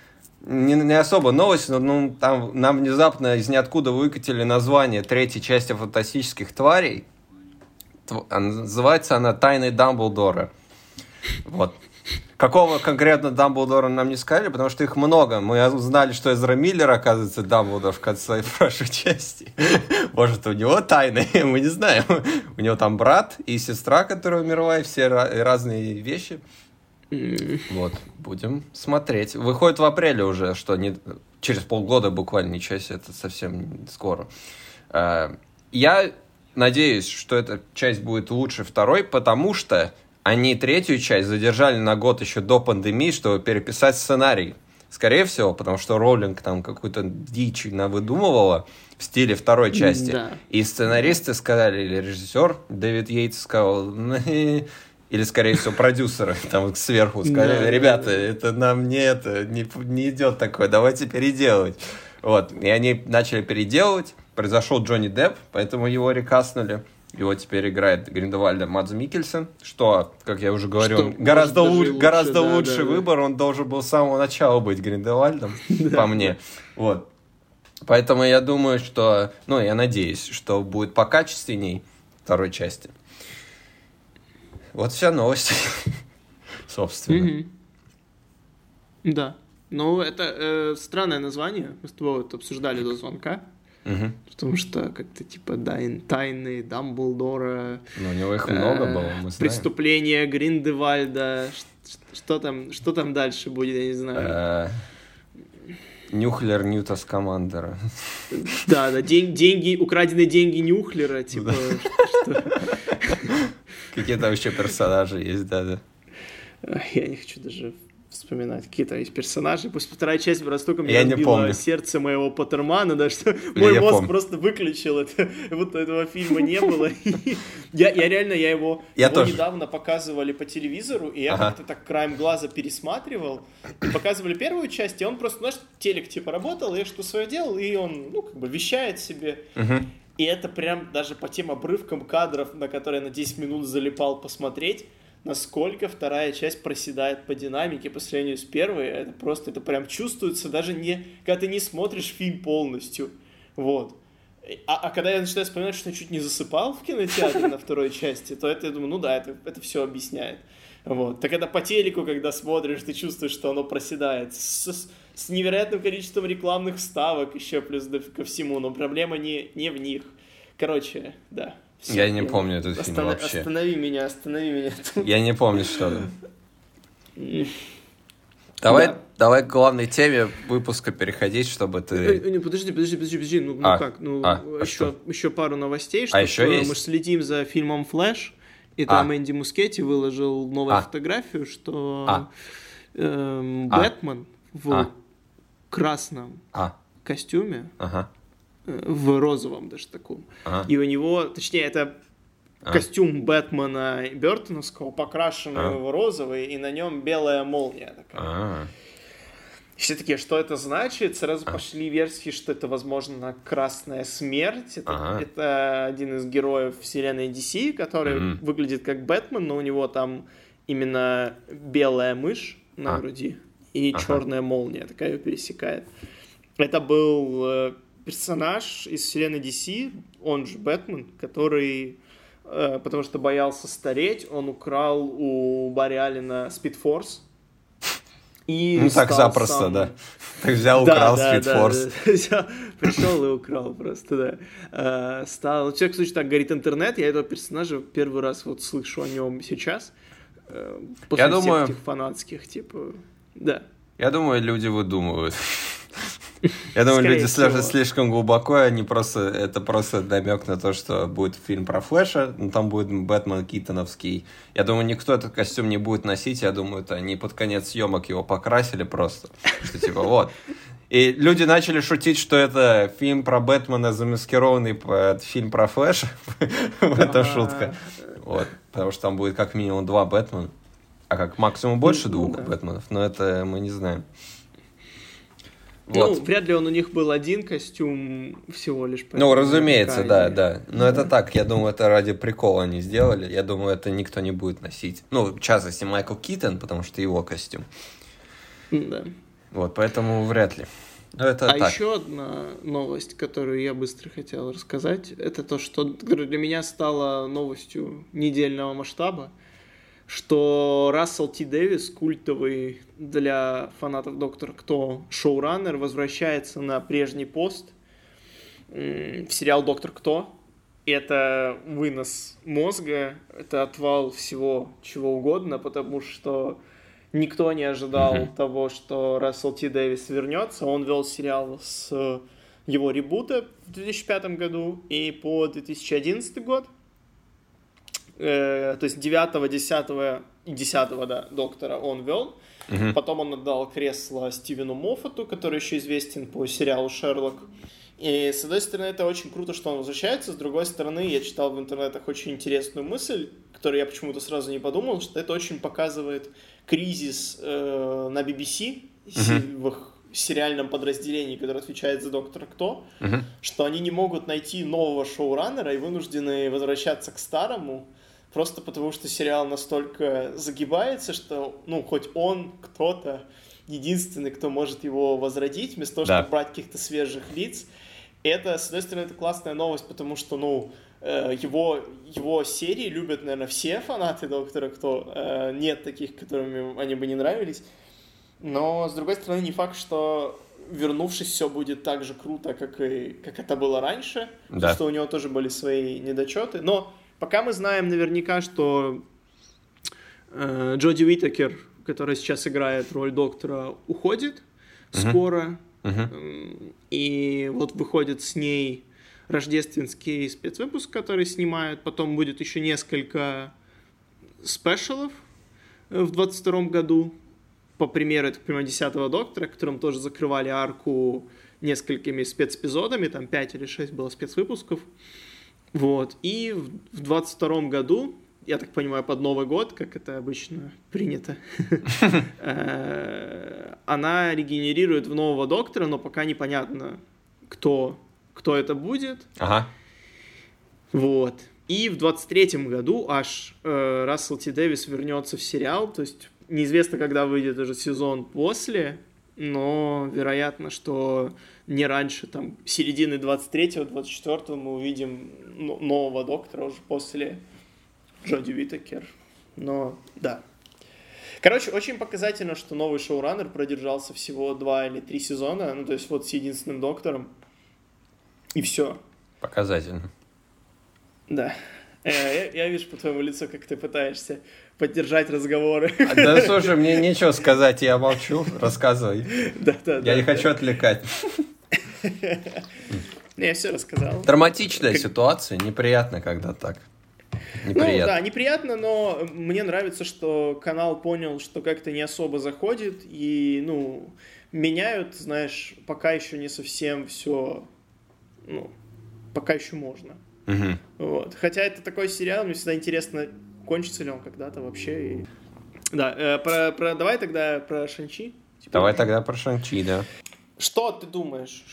не особо новость, но там нам внезапно из ниоткуда выкатили название третьей части «Фантастических тварей». Называется она «Тайны Дамблдора». Вот. Какого конкретно Дамблдора нам не сказали, потому что их много. Мы узнали, что Эзра Миллер, оказывается, Дамблдор в конце прошлой части. Может, у него тайны, мы не знаем. У него там брат и сестра, которая умерла, и все разные вещи. Вот, будем смотреть. Выходит в апреле уже, что через полгода буквально, ничего себе, это совсем скоро. Я надеюсь, что эта часть будет лучше второй, потому что они третью часть задержали на год еще до пандемии, чтобы переписать сценарий. Скорее всего, потому что Роулинг там какую-то дичь навыдумывала в стиле второй части. Да. И сценаристы сказали, или режиссер Дэвид Йейтс сказал, или, скорее всего, продюсеры там сверху сказали, ребята, это нам не идет такое, давайте переделывать. Вот. И они начали переделывать. Произошел Джонни Депп, поэтому его рекастнули. Его теперь играет Гриндевальда Мадс Миккельсен, что, как я уже говорю, гораздо лучший выбор. Он должен был с самого начала быть Гриндевальдом, по мне. Вот. Поэтому я думаю, что... я надеюсь, что будет покачественней второй части. Вот вся новость, собственно. Да. Это странное название. Мы с тобой обсуждали до звонка. Потому что как-то типа тайны Дамблдора. У него их много было, мы знаем. Преступление Гриндевальда. Что там дальше будет, я не знаю. Нюхлер Ньюта Скамандера. Да, украденные деньги Нюхлера, типа. Какие там еще персонажи есть, да. Я не хочу даже вспоминать, какие там есть персонажи. После второй части настолько меня разбило сердце моего Поттермана, да, что мой мозг просто выключил это, будто этого фильма не было. Я его недавно показывали по телевизору, и я как-то так краем глаза пересматривал. И показывали первую часть, и он просто, телек типа работал, и я что свое делал, и он, вещает себе. И это прям даже по тем обрывкам кадров, на которые я на 10 минут залипал посмотреть, насколько вторая часть проседает по динамике по сравнению с первой. Это прям чувствуется, даже когда ты не смотришь фильм полностью. Вот. А когда я начинаю вспоминать, что я чуть не засыпал в кинотеатре на второй части, то я думаю, это все объясняет. Вот. Так это по телеку, когда смотришь, ты чувствуешь, что оно проседает. С невероятным количеством рекламных вставок еще плюс ко всему, но проблема не в них. Короче, да. Все, я не помню этот фильм вообще. Останови меня. Я не помню, что там. Давай к главной теме выпуска переходить, чтобы ты... Подожди. Еще пару новостей. Что еще есть? Мы следим за фильмом «Флэш», и там Энди Мускетти выложил новую фотографию, что Бэтмен в красном костюме, в розовом даже таком. И у него, точнее, это костюм Бэтмена Бёртоновского, покрашенный в розовый, и на нем белая молния такая. Все такие, что это значит? Сразу пошли версии, что это, возможно, Красная Смерть. Это один из героев вселенной DC, который выглядит как Бэтмен, но у него там именно белая мышь на груди и черная молния такая его пересекает. Это был персонаж из вселенной DC, он же Бэтмен, который, потому что боялся стареть, он украл у Барри Аллена Speed Force. И так запросто, да. Так взял, украл Speed Force. Пришел и украл просто, да. Стал... Человек, в случае, так говорит интернет, я этого персонажа первый раз вот слышу о нем сейчас. После всех этих фанатских, типа, да. Я думаю, люди выдумывают. Я думаю, люди слишком глубоко, это просто намек на то, что будет фильм про Флэша, но там будет Бэтмен Китоновский. Я думаю, никто этот костюм не будет носить, я думаю, это они под конец съемок его покрасили просто, что типа вот. И люди начали шутить, что это фильм про Бэтмена, замаскированный под фильм про Флэша. Это шутка. Вот, потому что там будет как минимум 2 Бэтмена, а как максимум больше 2 Бэтменов, но это мы не знаем. Вот. Вряд ли у них был один костюм всего лишь. Разумеется, да. Но это так, я думаю, это ради прикола они сделали. Я думаю, это никто не будет носить. В частности, Майкл Китон, потому что его костюм. Да. Вот, поэтому вряд ли. Но это так. Еще одна новость, которую я быстро хотел рассказать, это то, что для меня стало новостью недельного масштаба, что Рассел Т. Дэвис, культовый для фанатов Доктора Кто шоураннер, возвращается на прежний пост в сериал «Доктор Кто». И это вынос мозга, это отвал всего чего угодно, потому что никто не ожидал того, что Рассел Т. Дэвис вернется. Он вел сериал с его ребута в 2005 году и по 2011 год. То есть 9, 10 и 10 да, Доктора он вел. Потом он отдал кресло Стивену Моффату, который еще известен по сериалу «Шерлок». И, с одной стороны, это очень круто, что он возвращается. С другой стороны, я читал в интернетах очень интересную мысль, которую я почему-то сразу не подумал, что это очень показывает кризис на BBC в их сериальном подразделении, которое отвечает за «Доктора Кто», что они не могут найти нового шоураннера и вынуждены возвращаться к старому, просто потому что сериал настолько загибается, что, ну, хоть он, кто-то, единственный, кто может его возродить, вместо того, чтобы брать каких-то свежих лиц. Это, с одной стороны, это классная новость, потому что, ну, его серии любят, наверное, все фанаты Доктора Кто. Нет таких, которыми они бы не нравились. Но, с другой стороны, не факт, что, вернувшись, все будет так же круто, как это было раньше. Да. Что у него тоже были свои недочеты. Но пока мы знаем наверняка, что Джоди Уитакер, которая сейчас играет роль доктора, уходит скоро. И вот выходит с ней рождественский спецвыпуск, который снимают. Потом будет еще несколько спешалов в 22 году. По примеру, я так понимаю, 10-го Доктора, которым тоже закрывали арку несколькими спецэпизодами. Там 5 или 6 было спецвыпусков. Вот. И в 22 году, я так понимаю, под Новый год, как это обычно принято, она регенерирует в нового Доктора, но пока непонятно, кто это будет. Вот. И в 23-м году аж Рассел Т. Дэвис вернется в сериал, то есть неизвестно, когда выйдет уже сезон после, но вероятно, что не раньше, там, середины 23-го, 24-го мы увидим нового Доктора уже после Джоди Уитакер. Но, да. Короче, очень показательно, что новый шоураннер продержался всего 2 или 3 сезона, ну, то есть вот с единственным Доктором, и все. Показательно. Да. Я вижу по твоему лицу, как ты пытаешься поддержать разговоры. Да, слушай, мне нечего сказать, я молчу, рассказывай. Да. Я не хочу отвлекать. Я все рассказал. Драматичная ситуация, неприятно, когда так. Неприятно. Ну да, неприятно, но мне нравится, что канал понял, что как-то не особо заходит, и, ну, меняют, знаешь, пока еще не совсем все, ну, пока еще можно. Вот. Хотя это такой сериал, мне всегда интересно, кончится ли он когда-то вообще. И... Да, давай тогда про Шан-Чи. Давай тогда про Шан-Чи, да. Что ты думаешь?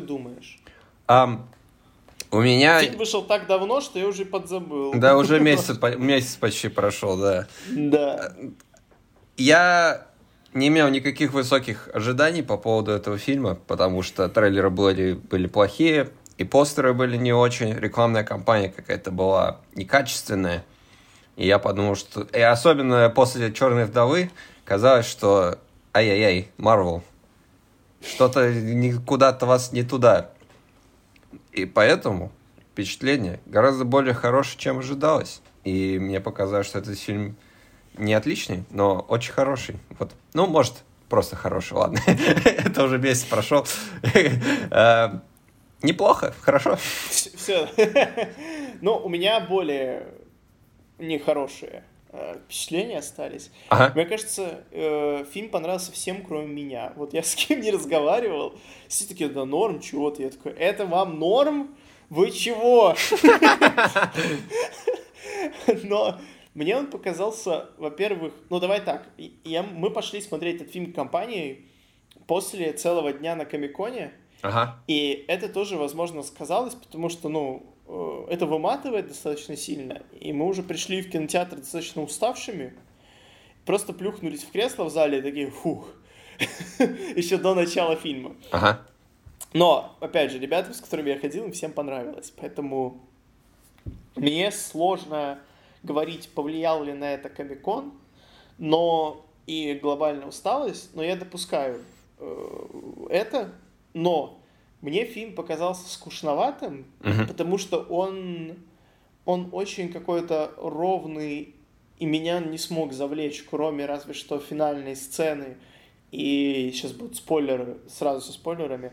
У меня... Фильм вышел так давно, что я уже подзабыл. Да, уже месяц почти прошел, да. Да. Я не имел никаких высоких ожиданий по поводу этого фильма, потому что трейлеры были плохие, и постеры были не очень, рекламная кампания какая-то была некачественная. И я подумал, что... И особенно после «Черной вдовы» казалось, что ай-яй-яй, Марвел, что-то куда-то вас не туда. И поэтому впечатление гораздо более хорошее, чем ожидалось. И мне показалось, что этот фильм не отличный, но очень хороший. Вот. Ну, может, просто хороший, ладно. Это уже месяц прошел. Неплохо, хорошо. Все. Ну, у меня более нехорошие впечатления остались. Мне кажется, фильм понравился всем, кроме меня. Вот я с кем не разговаривал, все такие, да норм, чего-то. Я такой, это вам норм? Вы чего? Но мне он показался, во-первых, ну давай так, мы пошли смотреть этот фильм компанией после целого дня на Комик-Коне, и это тоже, возможно, сказалось, потому что, ну, это выматывает достаточно сильно, и мы уже пришли в кинотеатр достаточно уставшими, просто плюхнулись в кресло в зале и такие, фух, Еще до начала фильма. Ага. Но, опять же, ребята, с которыми я ходил, им всем понравилось. Поэтому мне сложно говорить, повлиял ли на это Комик-кон, но и глобальная усталость, но я допускаю это, но мне фильм показался скучноватым, потому что он очень какой-то ровный, и меня не смог завлечь, кроме разве что финальной сцены, и сейчас будут спойлеры, сразу со спойлерами,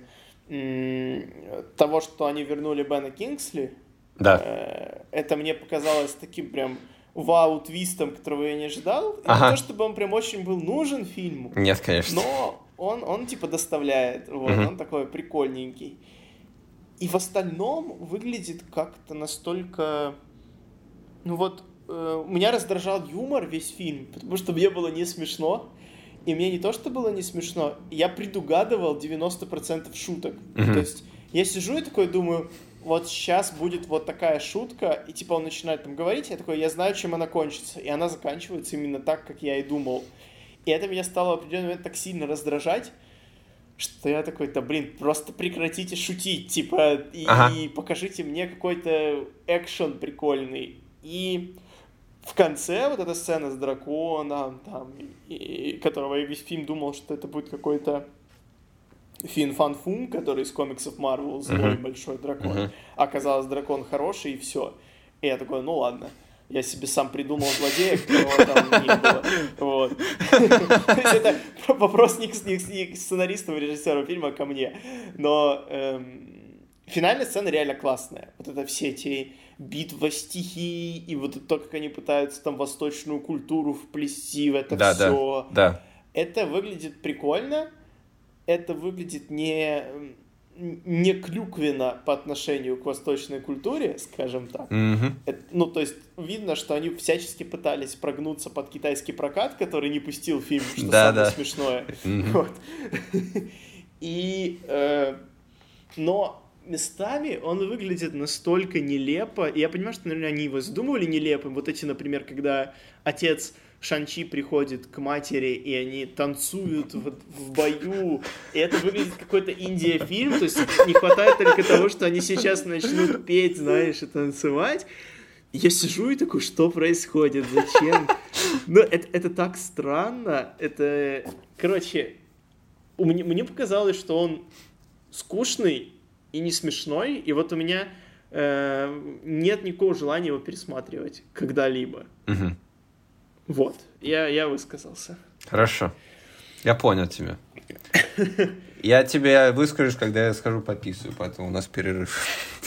того, что они вернули Бена Кингсли. Да. Это мне показалось таким прям вау-твистом, которого я не ожидал. И не то, чтобы он прям очень был нужен фильму. Нет, конечно. Но он типа доставляет. Вот, он такой прикольненький. И в остальном выглядит как-то настолько... Ну вот, меня раздражал юмор весь фильм, потому что мне было не смешно. И мне не то, что было не смешно, я предугадывал 90% шуток. То есть я сижу и такой думаю, вот сейчас будет вот такая шутка, и типа он начинает там говорить, я такой, я знаю, чем она кончится. И она заканчивается именно так, как я и думал. И это меня стало в определенный момент так сильно раздражать, что я такой, да блин, просто прекратите шутить, типа, и покажите мне какой-то экшен прикольный. И в конце вот эта сцена с драконом, там, которого я весь фильм думал, что это будет какой-то Фин Фан Фум, который из комиксов Марвел, злой большой дракон. Оказалось, дракон хороший, и все. И я такой, ну ладно, я себе сам придумал злодея, которого там не было. Вот. То есть это вопрос не к сценаристу и режиссеру фильма, а ко мне. Но финальная сцена реально классная. Вот это все эти битва стихий, и вот то, как они пытаются там восточную культуру вплести в это все. Да. Это выглядит прикольно, это выглядит не клюквенно по отношению к восточной культуре, скажем так. Ну, то есть, видно, что они всячески пытались прогнуться под китайский прокат, который не пустил фильм, что самое смешное. Вот. Но местами он выглядит настолько нелепо. И я понимаю, что, наверное, они его задумывали нелепым. Вот эти, например, когда отец Шан-Чи приходит к матери, и они танцуют в бою. И это выглядит какой-то инди-фильм. То есть не хватает только того, что они сейчас начнут петь, знаешь, и танцевать. Я сижу и такой, что происходит? Зачем? Ну, это так странно. Это... Короче, мне показалось, что он скучный и не смешной, и вот у меня нет никакого желания его пересматривать когда-либо. Вот, я высказался. Хорошо, я понял тебя. Я тебе выскажусь, когда я скажу пописываю, поэтому у нас перерыв.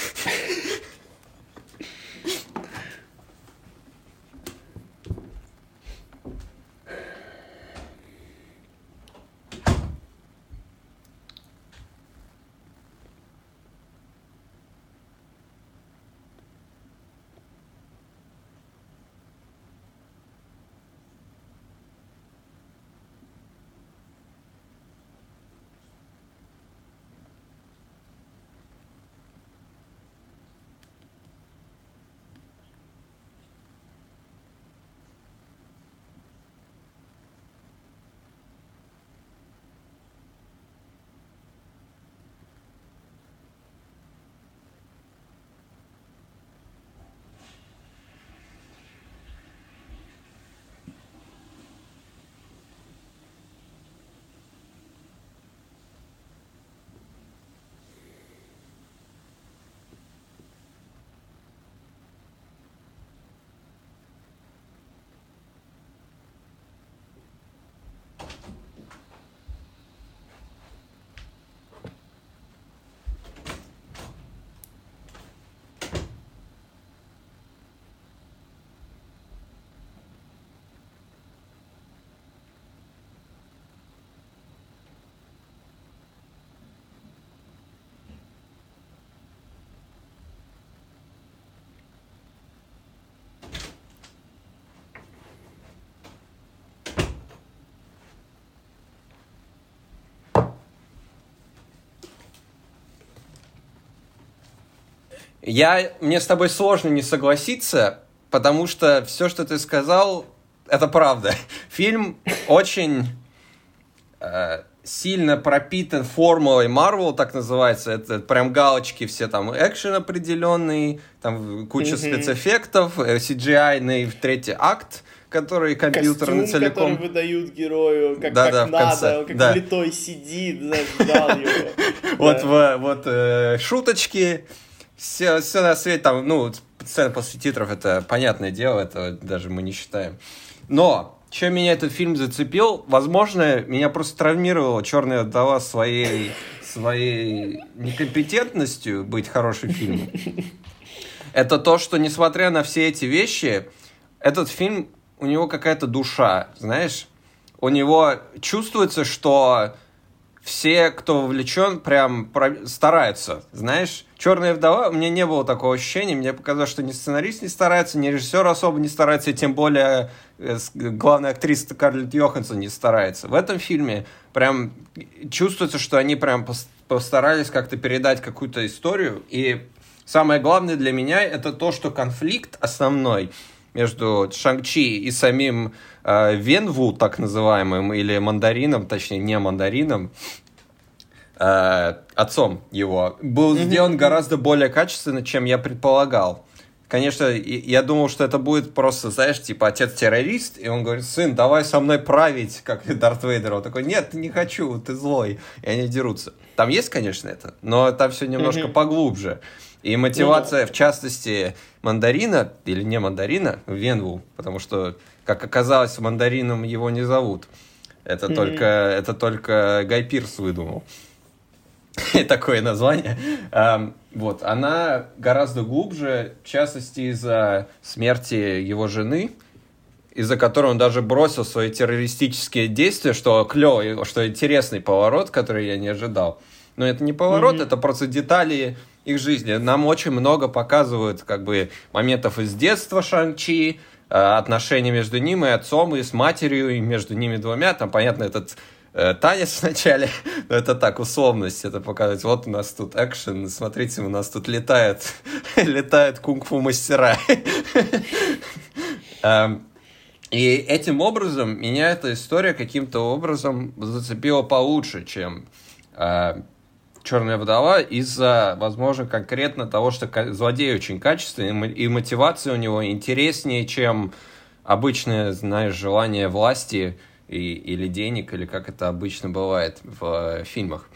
Мне с тобой сложно не согласиться, потому что все, что ты сказал, это правда. Фильм очень сильно пропитан формулой Marvel, так называется. Это прям галочки все, там экшен определенный, там куча спецэффектов, CGI-ный третий акт, который компьютерный костюм, целиком. который выдают герою, как в надо, конце. как влитой сидит, ждал его. Вот шуточки, все на свете, там, ну, сцена после титров, это понятное дело, это даже мы не считаем. Но чем меня этот фильм зацепил, возможно, меня просто травмировала «Черная вдова» своей некомпетентностью быть хорошим фильмом. Это то, что, несмотря на все эти вещи, этот фильм, у него какая-то душа, знаешь? У него чувствуется, что все, кто вовлечен, прям стараются, знаешь? «Черная вдова», у меня не было такого ощущения, мне показалось, что ни сценарист не старается, ни режиссер особо не старается, и тем более главная актриса Скарлетт Йоханссон не старается. В этом фильме прям чувствуется, что они прям постарались как-то передать какую-то историю, и самое главное для меня это то, что конфликт основной между Шанг-Чи и самим Венву, так называемым, или мандарином, точнее, не мандарином, отцом его, был сделан гораздо более качественно, чем я предполагал. Конечно, я думал, что это будет просто, знаешь, типа отец-террорист, и он говорит: сын, давай со мной править, как Дарт Вейдер. Он такой: нет, не хочу, ты злой. И они дерутся. Там есть, конечно, это, но там все немножко поглубже. И мотивация, в частности, мандарина, или не мандарина, Венву, потому что, как оказалось, мандарином его не зовут. Это только Гай Пирс выдумал. Такое название. Вот, она гораздо глубже, в частности, из-за смерти его жены, из-за которой он даже бросил свои террористические действия, что клёвый, что интересный поворот, который я не ожидал. Но это не поворот, это просто детали их жизни. Нам очень много показывают как бы моментов из детства Шанг-Чи, отношения между ним и отцом, и с матерью, и между ними двумя. Там, понятно, этот танец вначале, но это так, условность, это показывать. Вот у нас тут экшен, смотрите, у нас тут летают кунг-фу мастера. И этим образом меня эта история каким-то образом зацепила получше, чем «Черная вдова», из-за, возможно, конкретно того, что злодей очень качественный, и мотивация у него интереснее, чем обычное, знаешь, желание власти или денег, или как это обычно бывает в фильмах.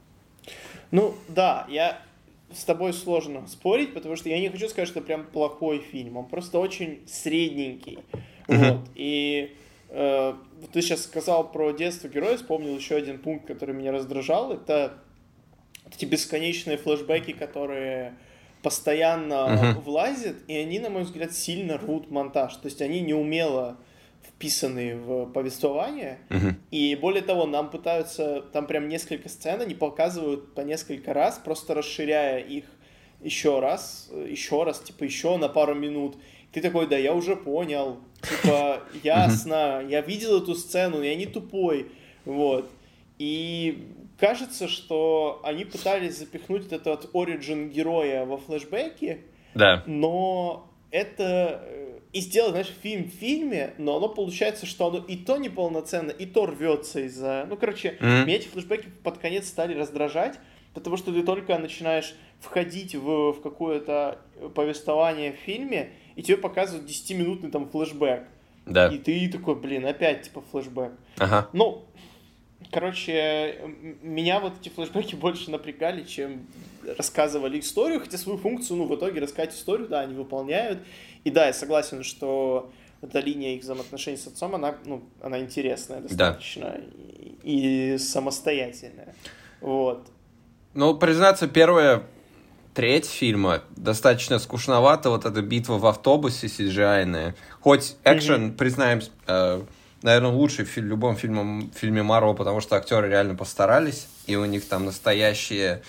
Ну, да, с тобой сложно спорить, потому что я не хочу сказать, что это прям плохой фильм, он просто очень средненький. Вот. И ты сейчас сказал про детство героя, вспомнил еще один пункт, который меня раздражал, это эти бесконечные флешбеки, которые постоянно влазят, и они, на мой взгляд, сильно рвут монтаж. То есть они неумело вписаны в повествование, и более того, нам пытаются, там прям несколько сцен, они показывают по несколько раз, просто расширяя их еще раз, типа еще на пару минут. Ты такой: да, я уже понял, типа, ясно, я видел эту сцену, я не тупой, вот. И кажется, что они пытались запихнуть этот оригин героя во флешбеки, да. Но это... И сделать, знаешь, фильм в фильме, но оно получается, что оно и то неполноценно, и то рвется из-за... Ну, короче, меня эти флешбеки под конец стали раздражать, потому что ты только начинаешь входить в какое-то повествование в фильме, и тебе показывают 10-минутный там флешбэк. Да. И ты такой: блин, опять типа флешбэк. Ага. Ну, короче, меня вот эти флешбеки больше напрягали, чем рассказывали историю, хотя свою функцию, ну, в итоге рассказать историю, да, они выполняют. И да, я согласен, что эта линия их взаимоотношений с отцом, она интересная достаточно, да. и самостоятельная. Вот. Ну, признаться, первая треть фильма достаточно скучновата, вот эта битва в автобусе CGI-ная. Хоть экшен, признаем, наверное, лучший в любом фильме Марвел, потому что актеры реально постарались, и у них там настоящие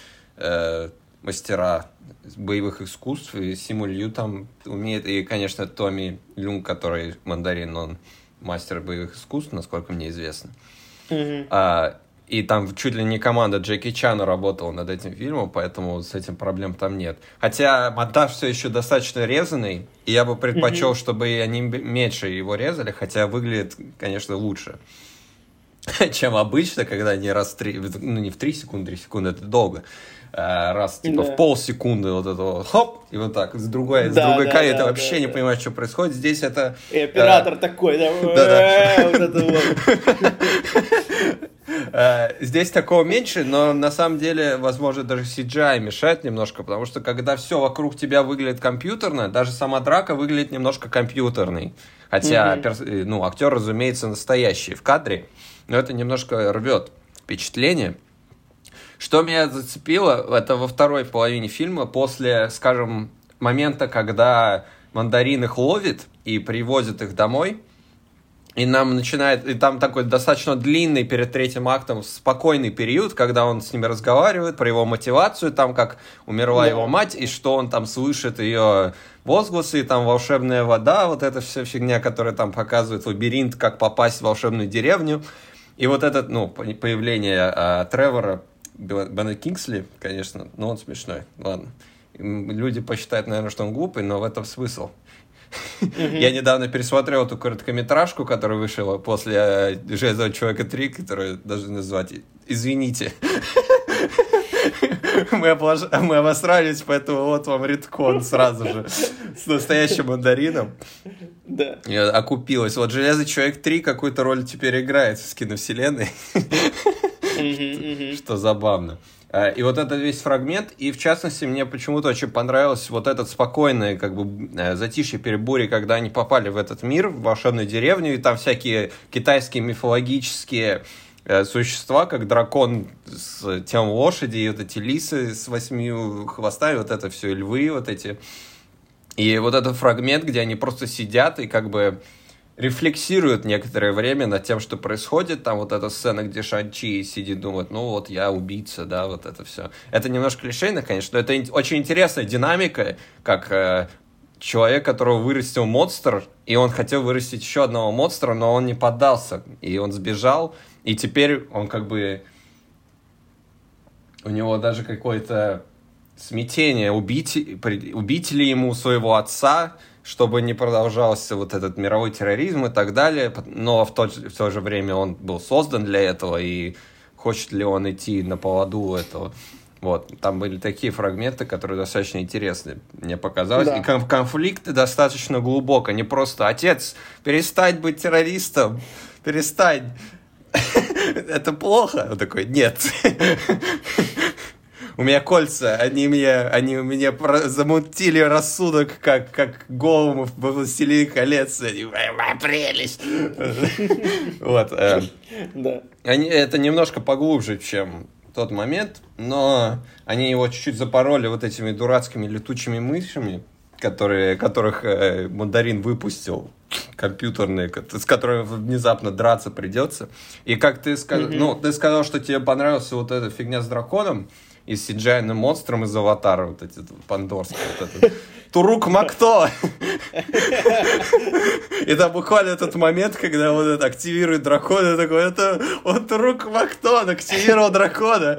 мастера боевых искусств, и Симу Лью там умеет, и, конечно, Томми Люнг, который мандарин, он мастер боевых искусств, насколько мне известно. И там чуть ли не команда Джеки Чана работала над этим фильмом, поэтому с этим проблем там нет. Хотя монтаж все еще достаточно резанный, и я бы предпочел, чтобы они меньше его резали, хотя выглядит, конечно, лучше. чем обычно, когда они раз в 3, ну не в 3 секунды, 3 секунды это долго, раз типа в полсекунды вот это вот, хоп, и вот так, с другой камеры, ты вообще не понимаешь, что происходит. Здесь это... И оператор такой, да, вот это вот. Здесь такого меньше, но на самом деле, возможно, даже CGI мешает немножко, потому что когда все вокруг тебя выглядит компьютерно, даже сама драка выглядит немножко компьютерной. Хотя, актер, разумеется, настоящий в кадре, но это немножко рвет впечатление. Что меня зацепило, это во второй половине фильма, после, скажем, момента, когда Мандарин их ловит и привозит их домой, и там такой достаточно длинный перед третьим актом спокойный период, когда он с ними разговаривает про его мотивацию, там как умерла его мать, и что он там слышит ее возгласы, и там волшебная вода, вот эта вся фигня, которая там показывает лабиринт, как попасть в волшебную деревню. И вот это, появление Тревора, Бена Кингсли, конечно, но он смешной, ладно. Люди посчитают, наверное, что он глупый, но в этом смысл. Я недавно пересмотрел эту короткометражку, которая вышла после «Железного человека 3», которую должны назвать «Извините». Мы обосрались, поэтому вот вам редкон сразу же с настоящим Мандарином. Да. Окупилась. Вот «Железный человек 3» какую-то роль теперь играет в киновселенной. Что забавно. И вот этот весь фрагмент, и в частности мне почему-то очень понравилось вот этот спокойный затишье перед бурей, когда они попали в этот мир, в волшебную деревню, и там всякие китайские мифологические существа, как дракон с телом лошади, и вот эти лисы с 8 хвостами, вот это все, львы вот эти. И вот этот фрагмент, где они просто сидят и как бы рефлексируют некоторое время над тем, что происходит. Там вот эта сцена, где Шан-Чи сидит, думает, я убийца, да, вот это все. Это немножко клишейно, конечно, но это очень интересная динамика, как человек, которого вырастил монстр, и он хотел вырастить еще одного монстра, но он не поддался, и он сбежал, и теперь он как бы... У него даже какое-то смятение, убить ли ему своего отца, чтобы не продолжался вот этот мировой терроризм и так далее, но в то же время он был создан для этого, и хочет ли он идти на поводу этого. Вот, там были такие фрагменты, которые достаточно интересны, мне показалось. Да. И конфликт достаточно глубоко, не просто «Отец, перестань быть террористом, перестань, это плохо». Он такой «Нет». У меня кольца, они у меня замутили рассудок, как голому в «Властелине колец». Они, прелесть! Вот. Это немножко поглубже, чем тот момент, но они его чуть-чуть запороли вот этими дурацкими летучими мышами, которых Мандарин выпустил, компьютерные, с которыми внезапно драться придется. И как ты сказал, ты сказал, что тебе понравилась вот эта фигня с драконом, и с CGI-ным монстром из «Аватара», вот эти пандорские, вот этот Турук Макто. И там буквально этот момент, когда он это активирует дракона, такой, это он Турук Макто, он активировал дракона.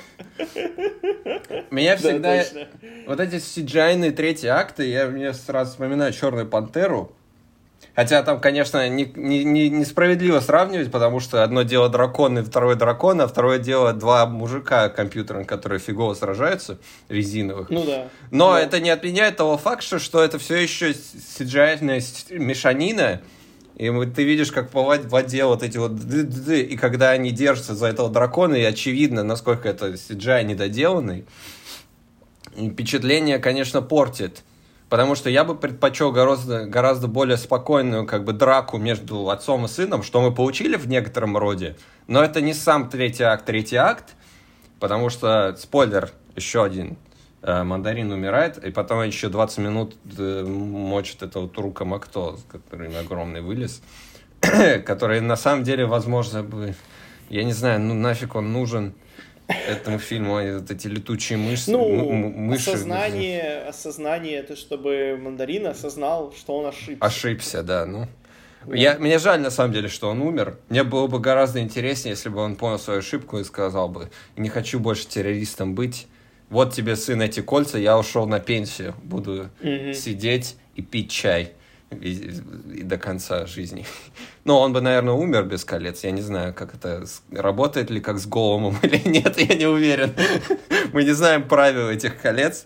Меня всегда... Вот эти CGI-ные третьи акты, мне сразу вспоминаю «Черную пантеру». Хотя там, конечно, несправедливо сравнивать, потому что одно дело дракон и второе дракон, а второе дело два мужика компьютерных, которые фигово сражаются, резиновых. Ну да. Но это не отменяет того факта, что это все еще CGI-ная мешанина, и ты видишь, как по воде вот эти вот... И когда они держатся за этого дракона, и очевидно, насколько это CGI недоделанный, впечатление, конечно, портит. Потому что я бы предпочел гораздо более спокойную драку между отцом и сыном, что мы получили в некотором роде. Но это не сам третий акт, потому что, спойлер, еще один, Мандарин умирает, и потом еще 20 минут мочит этого Турука Макто, который огромный вылез, который на самом деле, возможно, я не знаю, нафиг он нужен этому фильму, вот эти летучие мыши. Осознание, это чтобы Мандарин осознал, что он ошибся. Ошибся, да, Мне жаль, на самом деле, что он умер. Мне было бы гораздо интереснее, если бы он понял свою ошибку и сказал бы, не хочу больше террористом быть. Вот тебе, сын, эти кольца, я ушел на пенсию. Буду сидеть и пить чай. и до конца жизни. Но он бы, наверное, умер без колец. Я не знаю, как это работает ли как с Голлумом или нет, я не уверен. Мы не знаем правил этих колец,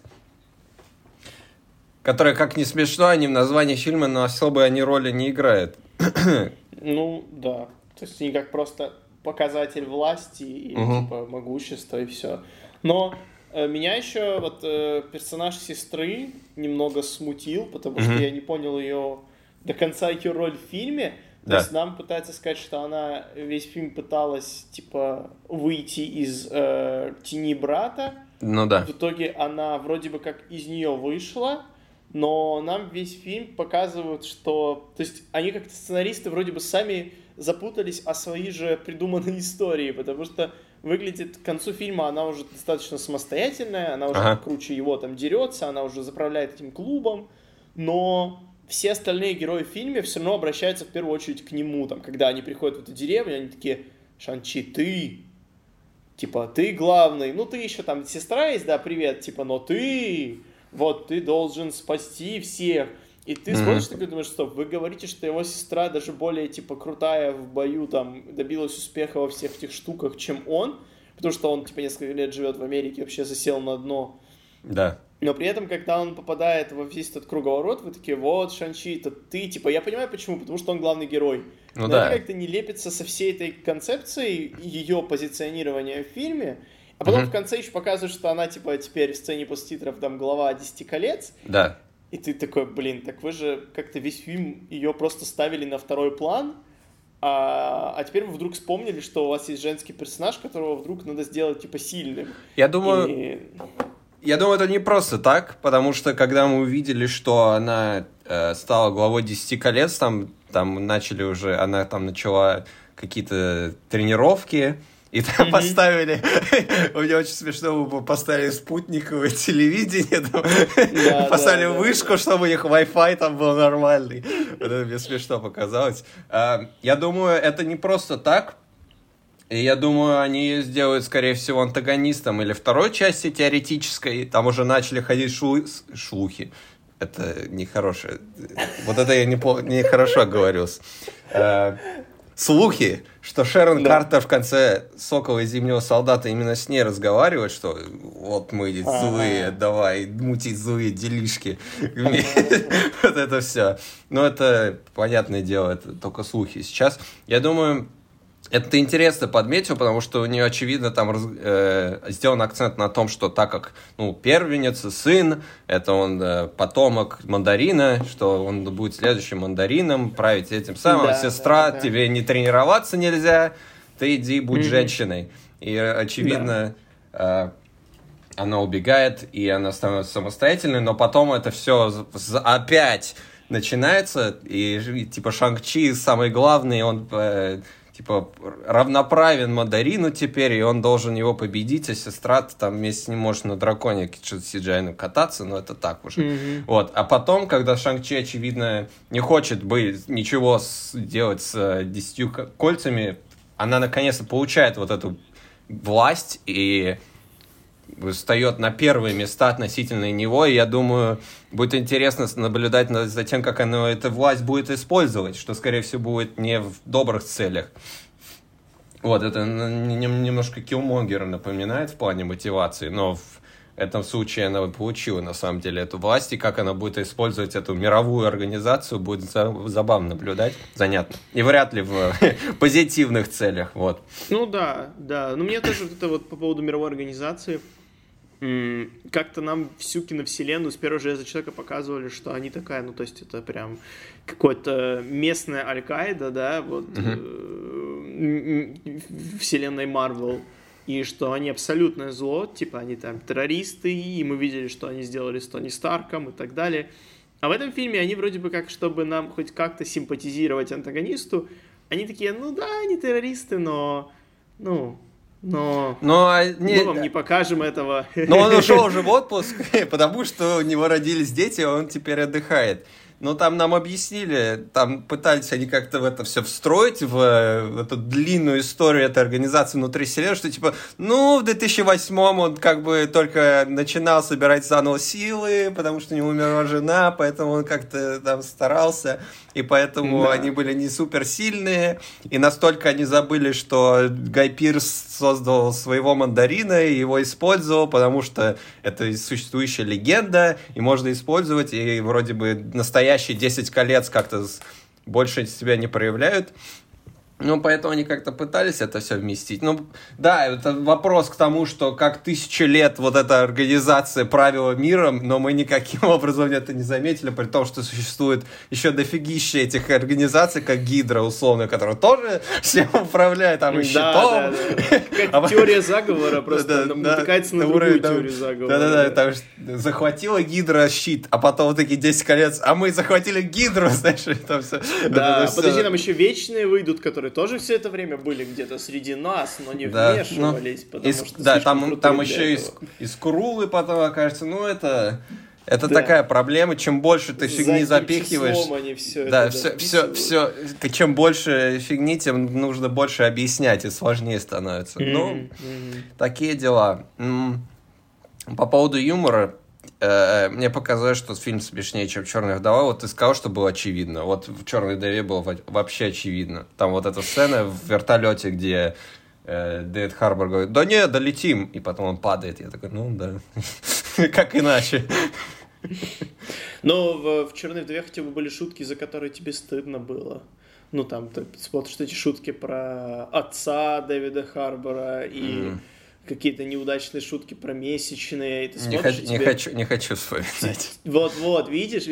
которые, как ни смешно, они в названии фильма, но особой они роли не играют. Ну, да. То есть они как просто показатель власти и типа могущества и все. Но меня еще вот персонаж сестры немного смутил, потому что я не понял ее до конца, ее роль в фильме. То есть нам пытаются сказать, что она весь фильм пыталась типа выйти из тени брата. Ну да. В итоге она вроде бы как из нее вышла, но нам весь фильм показывают, что... То есть они как-то сценаристы вроде бы сами запутались о своей же придуманной истории, потому что выглядит к концу фильма она уже достаточно самостоятельная, она уже круче его там дерется, она уже заправляет этим клубом, но все остальные герои в фильме все равно обращаются в первую очередь к нему, там, когда они приходят в эту деревню, они такие: Шан-Чи, ты, типа, ты главный, ну ты еще там сестра есть, да, привет, типа, но ты, вот, ты должен спасти всех. И ты смотришь, ты думаешь, стоп, вы говорите, что его сестра даже более, типа, крутая в бою, там, добилась успеха во всех этих штуках, чем он, потому что он, типа, несколько лет живет в Америке, вообще засел на дно. Да. Но при этом, когда он попадает во весь этот круговорот, вы такие: вот, Шан-Чи, это ты, типа, я понимаю почему, потому что он главный герой. Ну, но да. это как-то не лепится со всей этой концепцией ее позиционирования в фильме. А потом в конце еще показывают, что она, типа, теперь в сцене после титров там глава 10 колец. Да. И ты такой: блин, так вы же как-то весь фильм ее просто ставили на второй план, а теперь вы вдруг вспомнили, что у вас есть женский персонаж, которого вдруг надо сделать, типа, сильным. Я думаю, это не просто так, потому что когда мы увидели, что она стала главой 10 колец, там начали уже, она там начала какие-то тренировки, и там поставили, у меня очень смешно, поставили спутниковое телевидение, поставили вышку, чтобы у них Wi-Fi там был нормальный. Это мне смешно показалось. Я думаю, это не просто так. И я думаю, они ее сделают, скорее всего, антагонистом или второй части теоретической. Там уже начали ходить шлухи. Это нехорошее. Вот это я нехорошо оговорился. Слухи, что Шерон Картер в конце «Сокола и Зимнего солдата» именно с ней разговаривает, что вот мы злые, давай мутить злые делишки. Вот это все. Но это, понятное дело, это только слухи. Сейчас, я думаю, это ты интересно подметил, потому что у нее, очевидно, там сделан акцент на том, что так как, первенец и сын, это он потомок мандарина, что он будет следующим мандарином, править этим самым. Да, сестра, тебе не тренироваться нельзя, ты иди будь женщиной. И, очевидно, она убегает, и она становится самостоятельной, но потом это все опять начинается, и типа Шанг-Чи самый главный, он... типа, равноправен мандарину теперь, и он должен его победить, а сестра там вместе с ним может на драконе CGI кататься, но это так уже. Вот. А потом, когда Шанг-Чи, очевидно, не хочет ничего делать с 10 кольцами, она наконец-то получает вот эту власть и встает на первые места относительно него, и я думаю, будет интересно наблюдать за тем, как она эту власть будет использовать, что, скорее всего, будет не в добрых целях. Вот, это немножко Киллмонгера напоминает в плане мотивации, но в этом случае она получила, на самом деле, эту власть, и как она будет использовать эту мировую организацию, будет забавно наблюдать, занятно. И вряд ли в позитивных целях, вот. Ну да. Ну мне тоже вот это вот по поводу мировой организации, как-то нам всю киновселенную с первого железа человека в что они такая, то есть это прям какое-то местная Аль-Каида, да, вот, вселенной Марвел, и что они абсолютное зло, типа они там террористы, и мы видели, что они сделали с Тони Старком и так далее. А в этом фильме они вроде бы как, чтобы нам хоть как-то симпатизировать антагонисту, они такие: они террористы, но мы вам не покажем этого. Но он ушел уже в отпуск, потому что у него родились дети, а он теперь отдыхает. Ну, там нам объяснили, там пытались они как-то в это все встроить, в эту длинную историю этой организации внутри вселенной, что, типа, ну, в 2008-м он как бы только начинал собирать заново силы, потому что у него умерла жена, поэтому он как-то там старался, и поэтому они были не суперсильные, и настолько они забыли, что Гай Пирс создал своего мандарина и его использовал, потому что это существующая легенда, и можно использовать, и вроде бы настоящие 10 колец как-то больше себя не проявляют. Ну, поэтому они как-то пытались это все вместить. Ну, да, это вопрос к тому, что как 1000 лет вот эта организация правила миром, но мы никаким образом это не заметили, при том, что существует еще дофигища этих организаций, как Гидра, условно, которая тоже всем управляет, там, и щитом. Как теория заговора, просто натыкается на другую теорию заговора. Да-да-да, там захватила Гидра щит, а потом вот такие 10 колец, а мы захватили Гидру, знаешь, и там все. Да, подожди, там еще вечные выйдут, которые тоже все это время были где-то среди нас, но не вмешивались, потому что да, там еще из Курулы потом окажется, ну это такая проблема, чем больше ты фигни запихиваешь, чем больше фигни, тем нужно больше объяснять и сложнее становится. Ну, такие дела. По поводу юмора, мне показалось, что фильм смешнее, чем «Черная вдова». Вот ты сказал, что было очевидно. Вот в «Черной вдове» было вообще очевидно. Там вот эта сцена в вертолете, где Дэвид Харбор говорит: да не, долетим. И потом он падает. Я такой, ну да, как иначе. Но в «Черной вдове» хотя бы были шутки, за которые тебе стыдно было. Ну там ты смотришь эти шутки про отца Дэвида Харбора и... какие-то неудачные шутки про месячные, и ты смотришь... Не хочу вспоминать. Вот, видишь,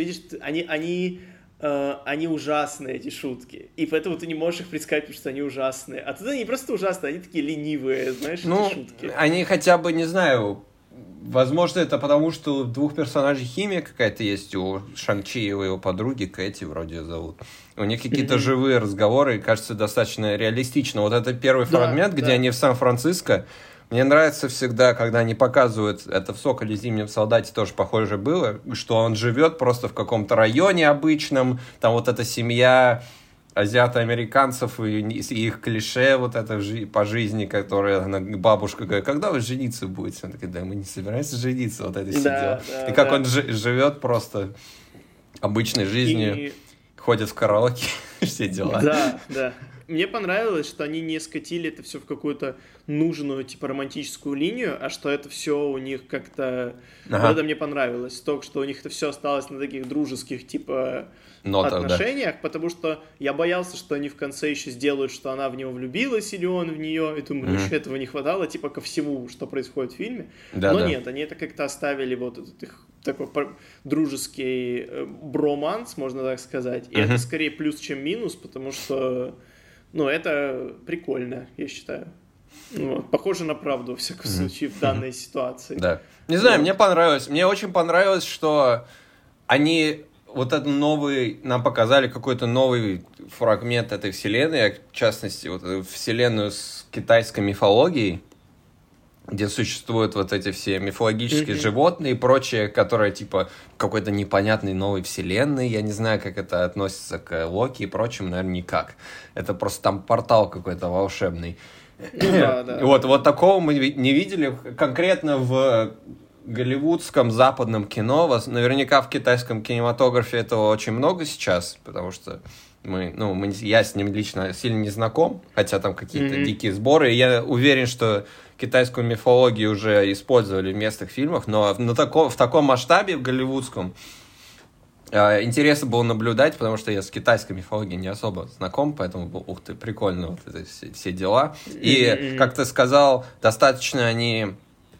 они ужасные, эти шутки. И поэтому ты не можешь их предсказать, потому что они ужасные. А тут они просто ужасные, они такие ленивые, знаешь, эти шутки. Они хотя бы, не знаю, возможно, это потому, что у двух персонажей химия какая-то есть, у Шанг-Чи и его подруги, Кэти вроде зовут. У них какие-то живые разговоры, и кажется, достаточно реалистично. Вот это первый фрагмент, где они в Сан-Франциско. Мне нравится всегда, когда они показывают, это в «Соколе зимнем солдате» тоже похоже было, что он живет просто в каком-то районе обычном, там вот эта семья азиато-американцев и их клише вот это по жизни, которая бабушка говорит: когда вы жениться будете? Он такой: да, мы не собираемся жениться, вот это все дела. И как он живет просто обычной жизнью, ходит в караоке, все дела. Да. Мне понравилось, что они не скатили это все в какую-то нужную, типа, романтическую линию, а что это все у них как-то... Вот это мне понравилось. То, что у них это все осталось на таких дружеских, типа, отношениях, потому что я боялся, что они в конце еще сделают, что она в него влюбилась или он в нее, и думаю, еще этого не хватало, типа, ко всему, что происходит в фильме. Но нет, они это как-то оставили, вот этот их такой дружеский броманс, можно так сказать. И это скорее плюс, чем минус, потому что... Ну, это прикольно, я считаю. Вот. Похоже на правду, во всяком случае, в данной ситуации. Да. Не знаю, мне понравилось. Мне очень понравилось, что они вот этот новый... Нам показали какой-то новый фрагмент этой вселенной, в частности, вот эту вселенную с китайской мифологией, где существуют вот эти все мифологические животные и прочее, которые типа какой-то непонятной новой вселенной. Я не знаю, как это относится к Локи и прочему, наверное, никак. Это просто там портал какой-то волшебный. Вот такого мы не видели конкретно в голливудском западном кино. Наверняка в китайском кинематографе этого очень много сейчас, потому что я с ним лично сильно не знаком, хотя там какие-то дикие сборы, и я уверен, что китайскую мифологию уже использовали в местных фильмах, но в таком масштабе, в голливудском, интересно было наблюдать, потому что я с китайской мифологией не особо знаком, поэтому был, ух ты, прикольно, вот это все дела. И, как ты сказал, достаточно они...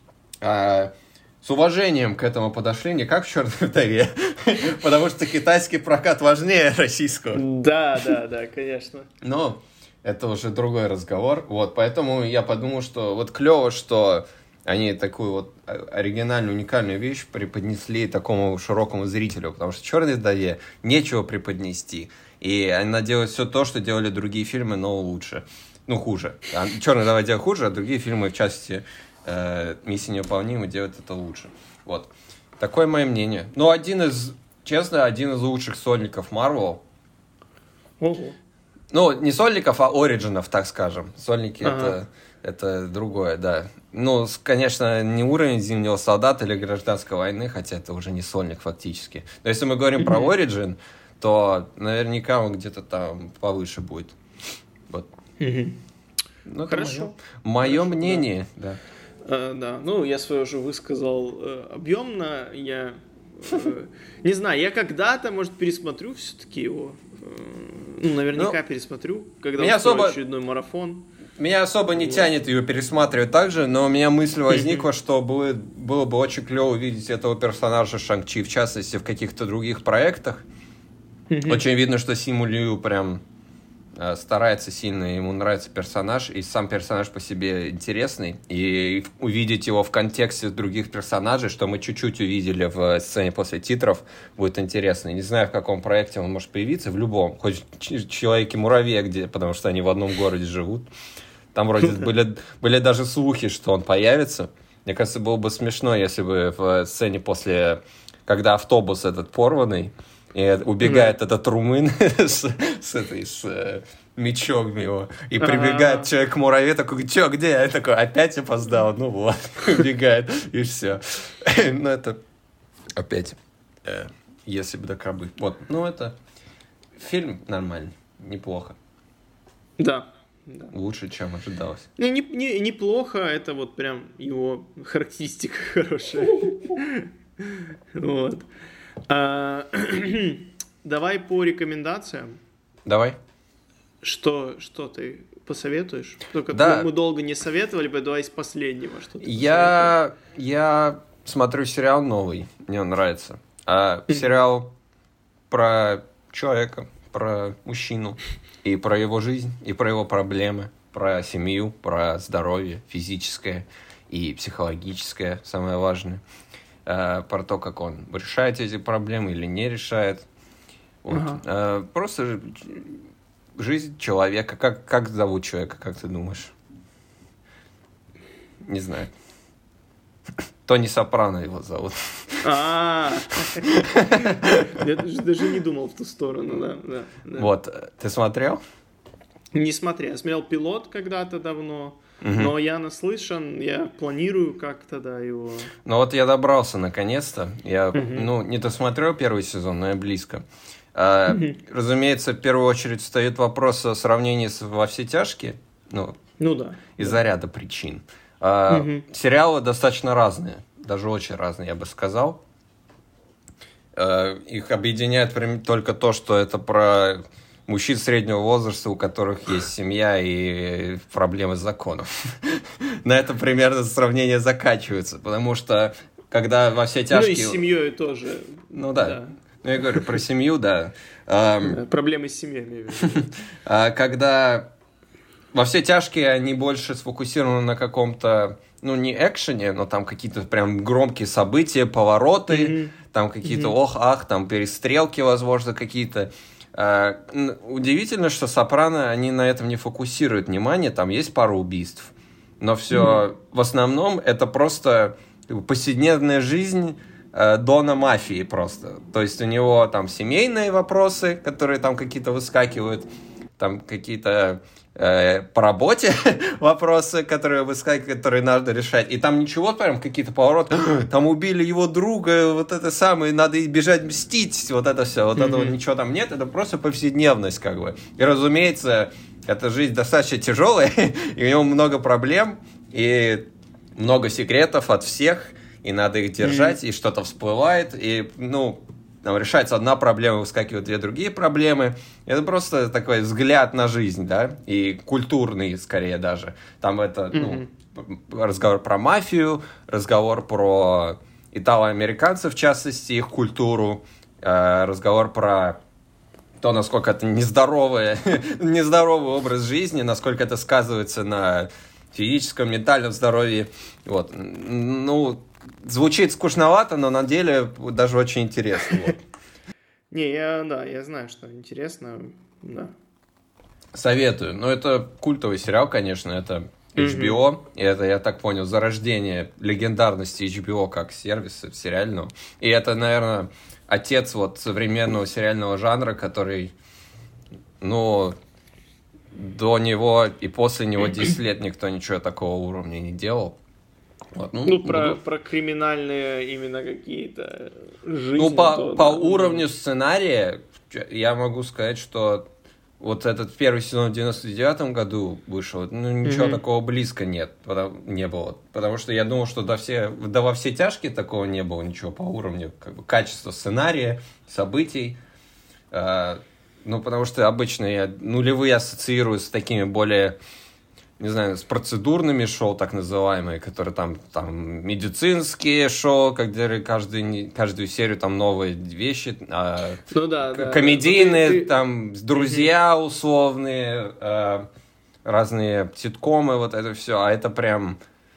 с уважением к этому подошли, не как в «Черной вдове», потому что китайский прокат важнее российского. Да, конечно. Но это уже другой разговор. Вот, поэтому я подумал, что вот клево, что они такую вот оригинальную, уникальную вещь преподнесли такому широкому зрителю, потому что в «Черной вдове» нечего преподнести. И она делает все то, что делали другие фильмы, но лучше. Ну, хуже. «Черная вдова» делает хуже, а другие фильмы, в частности... «Миссия невыполнима» делает это лучше. Вот. Такое мое мнение. Ну, один из честно, один из лучших сольников Marvel. Ого. Ну, не сольников, а ориджинов, так скажем. Сольники это другое, да. Ну, конечно, не уровень Зимнего солдата или Гражданской войны, хотя это уже не сольник фактически. Но если мы говорим про оригин, то наверняка он где-то там повыше будет. Вот. Ну, Хорошо. Мое мнение, да. Да, ну, я свое уже высказал объемно. Я не знаю, я когда-то, может, пересмотрю все-таки его. Ну, наверняка пересмотрю, когда устрою очередной марафон. Меня особо не тянет ее пересматривать также, но у меня мысль возникла, что было бы очень клево увидеть этого персонажа Шанг-Чи, в частности, в каких-то других проектах. Очень видно, что Симу Лью прям старается сильно, ему нравится персонаж, и сам персонаж по себе интересный, и увидеть его в контексте других персонажей, что мы чуть-чуть увидели в сцене после титров, будет интересно. Не знаю, в каком проекте он может появиться, в любом, хоть Человеке-муравье, где, потому что они в одном городе живут. Там вроде были даже слухи, что он появится. Мне кажется, было бы смешно, если бы в сцене после, когда автобус этот порванный, и убегает этот румын с мечом его. И прибегает Человек-муравей, такой, чё, где? Я такой, опять опоздал. Ну вот, убегает, и все. Ну это опять, если бы до кабы. Вот, ну это фильм нормальный, неплохо. Да. Лучше, чем ожидалось. Неплохо, это вот прям его характеристика хорошая. Вот. Давай по рекомендациям. Давай. Что ты посоветуешь? Только мы долго не советовали, давай из последнего что-то. Я смотрю сериал новый, мне он нравится. Сериал про человека, про мужчину, и про его жизнь, и про его проблемы, про семью, про здоровье физическое и психологическое, самое важное. Про то, как он решает эти проблемы или не решает. Вот. Просто жизнь человека. Как зовут человека, как ты думаешь? Не знаю. Тони Сопрано его зовут. Я даже не думал в ту сторону, да. Вот. Ты смотрел? Не смотрел. Я смотрел пилот когда-то давно. Но я наслышан, я планирую как-то, да, его... Ну вот я добрался наконец-то. Я, не досмотрел первый сезон, но я близко. Разумеется, в первую очередь встает вопрос о сравнении с «Во все тяжкие». Ну да. Из-за ряда причин. Сериалы достаточно разные. Даже очень разные, я бы сказал. Их объединяет только то, что это про... мужчин среднего возраста, у которых есть семья и проблемы с законом. На это примерно сравнение заканчивается, потому что когда «Во все тяжкие...» Ну и с семьей тоже. Ну да. Ну я говорю про семью, да. Проблемы с семьей, имею в виду. Когда «Во все тяжкие» они больше сфокусированы на каком-то, не экшене, но там какие-то прям громкие события, повороты, там какие-то ох-ах, там перестрелки, возможно, какие-то. Удивительно, что «Сопрано», они на этом не фокусируют внимание, там есть пара убийств, но все в основном это просто повседневная жизнь дона мафии просто. То есть у него там семейные вопросы, которые там какие-то выскакивают, там какие-то по работе вопросы, которые выскакивают, которые надо решать. И там ничего, прям какие-то повороты. Там убили его друга, вот это самое, надо бежать мстить, вот это все. Вот этого ничего там нет, это просто повседневность как бы. И, разумеется, эта жизнь достаточно тяжелая, и у него много проблем, и много секретов от всех, и надо их держать, и что-то всплывает, и, там решается одна проблема, выскакивают две другие проблемы. Это просто такой взгляд на жизнь, да, и культурный, скорее даже. Там это, разговор про мафию, разговор про итало-американцев, в частности, их культуру, разговор про то, насколько это нездоровый образ жизни, насколько это сказывается на физическом, ментальном здоровье. Вот. Звучит скучновато, но на деле даже очень интересно. Вот. Я знаю, что интересно, да. Советую. Это культовый сериал, конечно. Это HBO. И это, я так понял, зарождение легендарности HBO как сервиса сериального. И это, наверное, отец вот современного сериального жанра, который, ну, до него и после него 10 лет никто ничего такого уровня не делал. Вот, про криминальные именно какие-то жизни. Ну, по уровню сценария я могу сказать, что вот этот первый сезон в 99-м году вышел, ну, ничего такого близко не было. Потому что я думал, что во все тяжкие такого не было ничего по уровню, как бы, качества сценария, событий. Ну, потому что обычно я нулевые ассоциирую с такими более, не знаю, с процедурными шоу, так называемые, которые там медицинские шоу, где каждую серию там новые вещи, комедийные, там друзья условные, разные ситкомы, вот это все, а это прям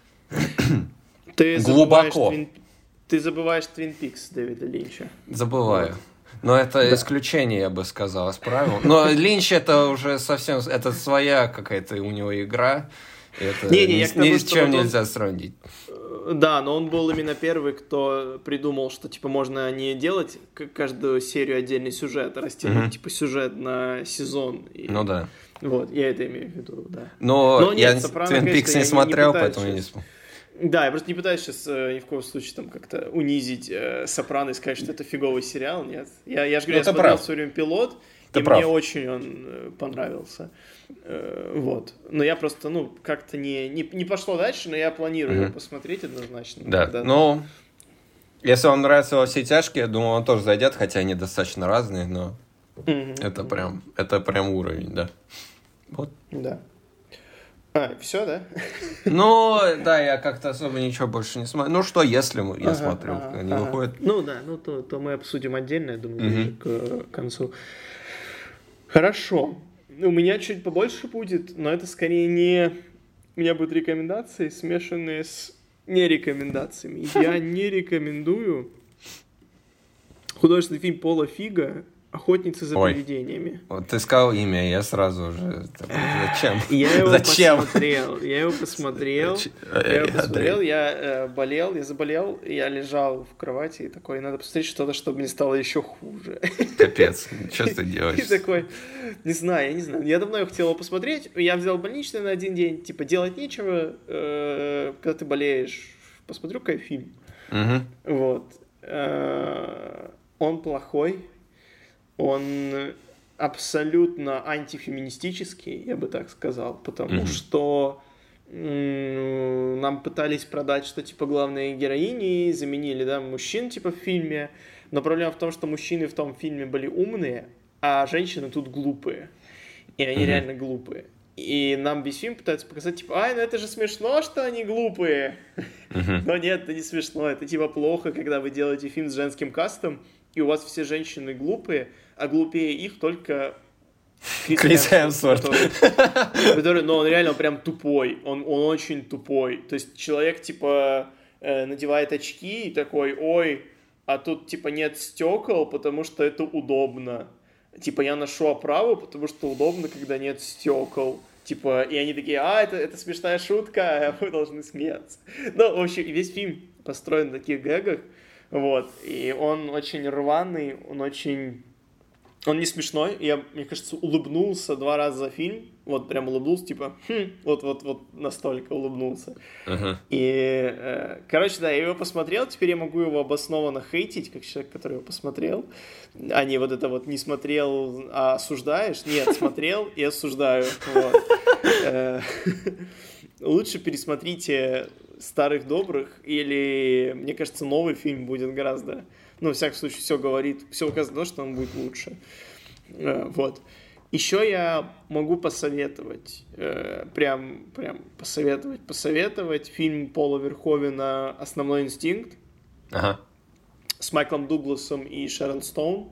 глубоко. Ты забываешь Twin Peaks Дэвида Линча. Забываю. Но это исключение, я бы сказал, из правил. Но Линч это уже совсем... Это своя какая-то у него игра. Это ни с чем нельзя сравнить. Да, но он был именно первый, кто придумал, что типа можно не делать каждую серию отдельный сюжет, а растянуть типа сюжет на сезон. Ну да. Вот, я это имею в виду, да. Но я Twin Peaks не смотрел, поэтому я не смог. Да, я просто не пытаюсь сейчас ни в коем случае там как-то унизить «Сопрано» и сказать, что это фиговый сериал, нет. Я же говорю, я смотрел в свое время пилот, и мне очень он понравился. Вот. Но я просто, как-то не пошло дальше, но я планирую его посмотреть однозначно. Да, ну, если вам нравятся «Во все тяжкие», я думаю, он тоже зайдет, хотя они достаточно разные, но это прям уровень, да. Вот. Да. Все, да? Ну, да, я как-то особо ничего больше не смотрю. Ну, что, если я смотрю, они выходят? Ну, да, то мы обсудим отдельно, я думаю, к концу. Хорошо. У меня чуть побольше будет, но это скорее не... У меня будут рекомендации, смешанные с нерекомендациями. Я не рекомендую художественный фильм Пола Фига «Охотницы за привидениями». Вот ты сказал имя, я сразу уже... Зачем? Я его посмотрел, я заболел, я лежал в кровати и такой, надо посмотреть что-то, чтобы мне стало еще хуже. Капец, что ты делаешь? И такой, не знаю, я давно хотел его посмотреть, я взял больничный на один день, типа делать нечего, когда ты болеешь, посмотрю-ка фильм. Вот. Он плохой. Он абсолютно антифеминистический, я бы так сказал, потому что нам пытались продать, что типа главные героини заменили, да, мужчин типа в фильме, но проблема в том, что мужчины в том фильме были умные, а женщины тут глупые, и они реально глупые. И нам весь фильм пытаются показать, типа, ну это же смешно, что они глупые. Но нет, это не смешно, это типа плохо, когда вы делаете фильм с женским кастом, и у вас все женщины глупые, а глупее их только Крис Хемсворт. Который, он реально прям тупой, он очень тупой. То есть человек, типа, надевает очки и такой, ой, а тут, типа, нет стекол, потому что это удобно. Типа, я ношу оправу, потому что удобно, когда нет стекол. Типа, и они такие, это смешная шутка, а вы должны смеяться. Ну, в общем, весь фильм построен на таких гэгах. Вот, и он очень рваный, он не смешной, я, мне кажется, улыбнулся 2 раза за фильм, вот прям улыбнулся, типа, вот настолько улыбнулся. И, короче, да, я его посмотрел, теперь я могу его обоснованно хейтить, как человек, который его посмотрел, а не вот это вот не смотрел, а осуждаешь. Нет, смотрел и осуждаю, вот. Лучше пересмотрите «Старых добрых», или, мне кажется, новый фильм будет гораздо... во всяком случае, все указывает на то, что он будет лучше. Вот. Еще я могу посоветовать, прям посоветовать фильм Пола Верховена «Основной инстинкт» с Майклом Дугласом и Шерон Стоун.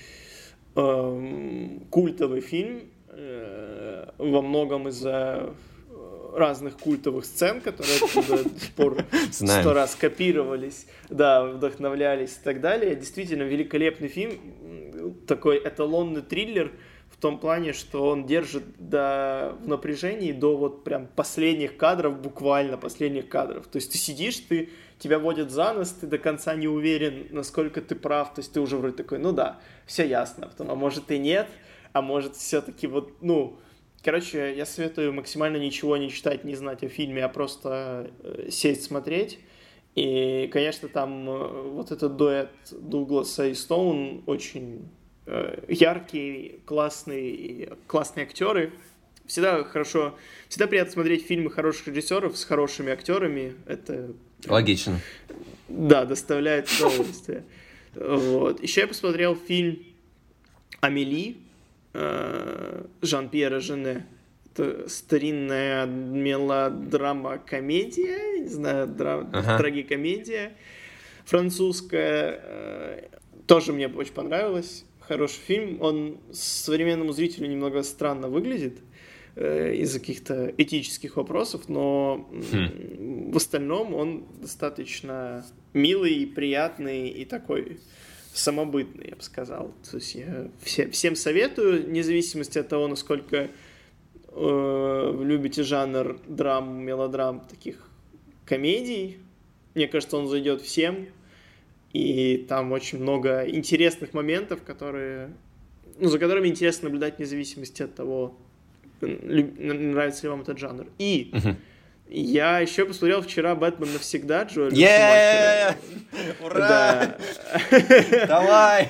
Культовый фильм, во многом из-за разных культовых сцен, которые оттуда до сих пор 100 раз копировались, да, вдохновлялись и так далее. Действительно великолепный фильм, такой эталонный триллер, в том плане, что он держит в напряжении до вот прям последних кадров, буквально последних кадров. То есть ты сидишь, тебя водят за нос, ты до конца не уверен, насколько ты прав, то есть ты уже вроде такой, ну да, все ясно, потом, а может и нет, а может все-таки вот, короче, я советую максимально ничего не читать, не знать о фильме, а просто сесть смотреть. И, конечно, там вот этот дуэт Дугласа и Стоун очень яркие, классные актеры. Всегда приятно смотреть фильмы хороших режиссеров с хорошими актерами. Это логично. Да, доставляет удовольствие. Вот. Еще я посмотрел фильм «Амели» Жан-Пьера Жене. Это старинная мелодрама-комедия, не знаю, трагикомедия французская. Тоже мне очень понравилось. Хороший фильм. Он современному зрителю немного странно выглядит из-за каких-то этических вопросов, но в остальном он достаточно милый, приятный и такой самобытный, я бы сказал. То есть я всем советую, вне зависимости от того, насколько любите жанр драм, мелодрам, таких комедий. Мне кажется, он зайдет всем. И там очень много интересных моментов, за которыми интересно наблюдать вне зависимости от того, нравится ли вам этот жанр. И я еще посмотрел вчера «Бэтмен навсегда» Джоэля Шумахера. Ура! Давай!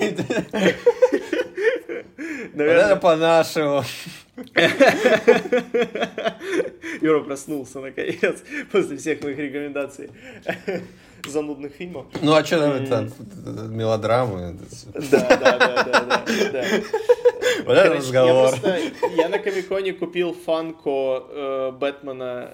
Это по-нашему. Юра проснулся наконец после всех моих рекомендаций занудных фильмов. Ну а что там это? Мелодрамы? Да. Вот это разговор. Я на Комик-Коне купил фанко Бэтмена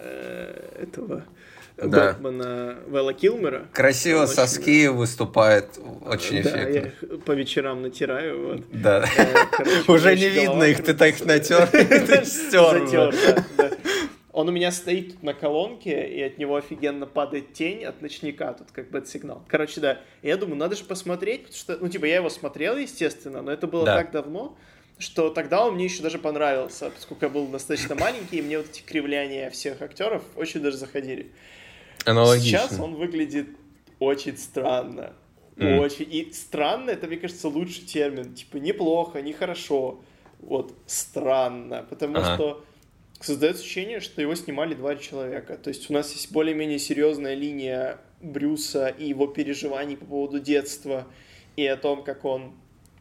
Бэтмена Вэлла Килмера. Красиво соски выступает, очень эффектно. Да, я их по вечерам натираю. Вот. Да. Уже не видно их, ты так натер, ты стер. Он у меня стоит тут на колонке, и от него офигенно падает тень от ночника, тут как бы сигнал. Короче, да, я думаю, надо же посмотреть, потому что, я его смотрел, естественно, но это было так давно, что тогда он мне еще даже понравился, поскольку я был достаточно маленький, и мне вот эти кривляния всех актеров очень даже заходили. Аналогично. Сейчас он выглядит очень странно. Очень. И странно, это, мне кажется, лучший термин. Типа, неплохо, нехорошо. Вот, странно. Потому что создается ощущение, что его снимали два человека. То есть у нас есть более-менее серьезная линия Брюса и его переживаний по поводу детства и о том, как он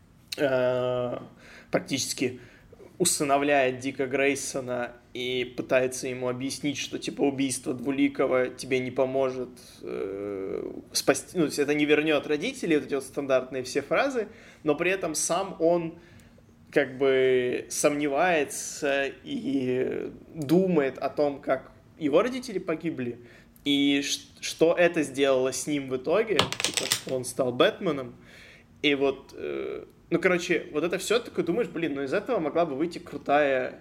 практически усыновляет Дика Грейсона и пытается ему объяснить, что типа убийство Двуликого тебе не поможет спасти, это не вернет родителей, вот эти вот стандартные все фразы, но при этом сам он как бы сомневается и думает о том, как его родители погибли, и что это сделало с ним в итоге, типа, что он стал Бэтменом, и вот, вот это все, такой думаешь, из этого могла бы выйти крутая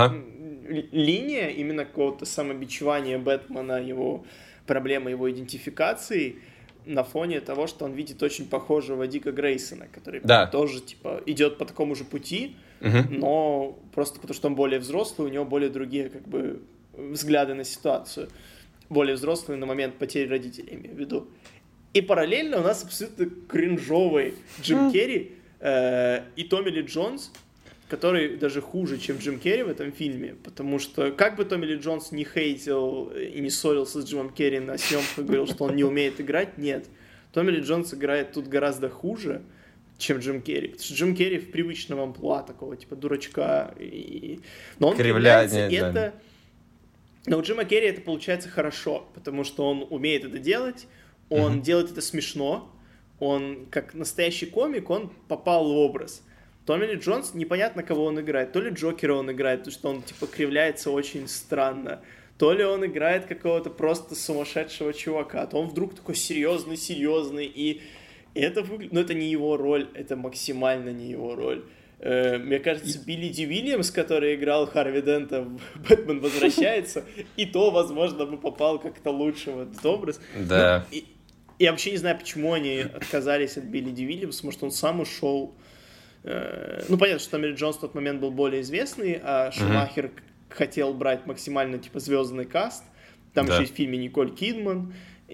линия именно какого-то самобичевания Бэтмена, его проблемы, его идентификации, на фоне того, что он видит очень похожего Дика Грейсона, который тоже, типа, идет по такому же пути, но просто потому, что он более взрослый, у него более другие, как бы, взгляды на ситуацию. Более взрослый на момент потери родителей, имею в виду. И параллельно у нас абсолютно кринжовый Джим Керри и Томми Ли Джонс, который даже хуже, чем Джим Керри в этом фильме, потому что как бы Томми Ли Джонс не хейтил и не ссорился с Джимом Керри на съемках, говорил, что он не умеет играть, нет. Томми Ли Джонс играет тут гораздо хуже, чем Джим Керри. Потому что Джим Керри в привычном амплуа такого, типа, дурачка. Но он кривляется, и это... Но у Джима Керри это получается хорошо, потому что он умеет это делать, он делает это смешно, он, как настоящий комик, он попал в образ. Томми Ли Джонс, непонятно, кого он играет. То ли Джокера он играет, потому что он, типа, кривляется очень странно. То ли он играет какого-то просто сумасшедшего чувака. То он вдруг такой серьезный. И это выглядит... Но это не его роль, это максимально не его роль. Мне кажется, Билли Ди Уильямс, который играл Харви Дента в «Бэтмен возвращается», и то, возможно, бы попал как-то лучше в этот образ. Да. Я вообще не знаю, почему они отказались от Билли Ди Уильямса. Может, он сам ушел. Ну, понятно, что Томми Ли Джонс в тот момент был более известный, а Шумахер хотел брать максимально, типа, звездный каст. Там еще есть в фильме Николь Кидман,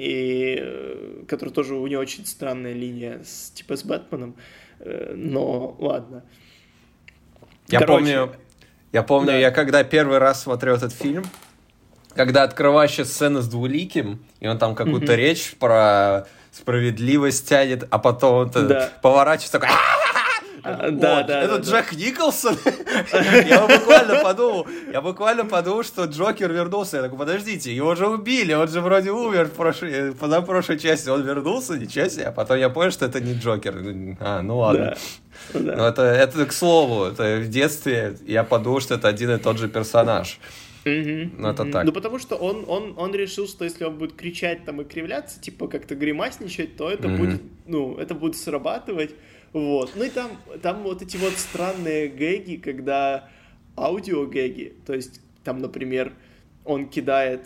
и, который тоже, у нее очень странная линия, типа, с Бэтменом. Но, ладно. Я помню, да. Я когда первый раз смотрел этот фильм, когда открывающая сцена с Двуликим, и он там какую-то речь про справедливость тянет, а потом он поворачивается такой... Это Джек Николсон? Я буквально подумал, что Джокер вернулся. Я такой, подождите, его же убили, он же вроде умер в позапрошлой части, он вернулся, ничего себе. А потом я понял, что это не Джокер. Ну ладно. Но это к слову, это в детстве я подумал, что это один и тот же персонаж. Ну, это так. Ну, потому что он решил, что если он будет кричать там и кривляться, типа как-то гримасничать, то это будет, это будет срабатывать. Вот. Ну и там вот эти вот странные гэги, когда аудиогэги, то есть там, например, он кидает,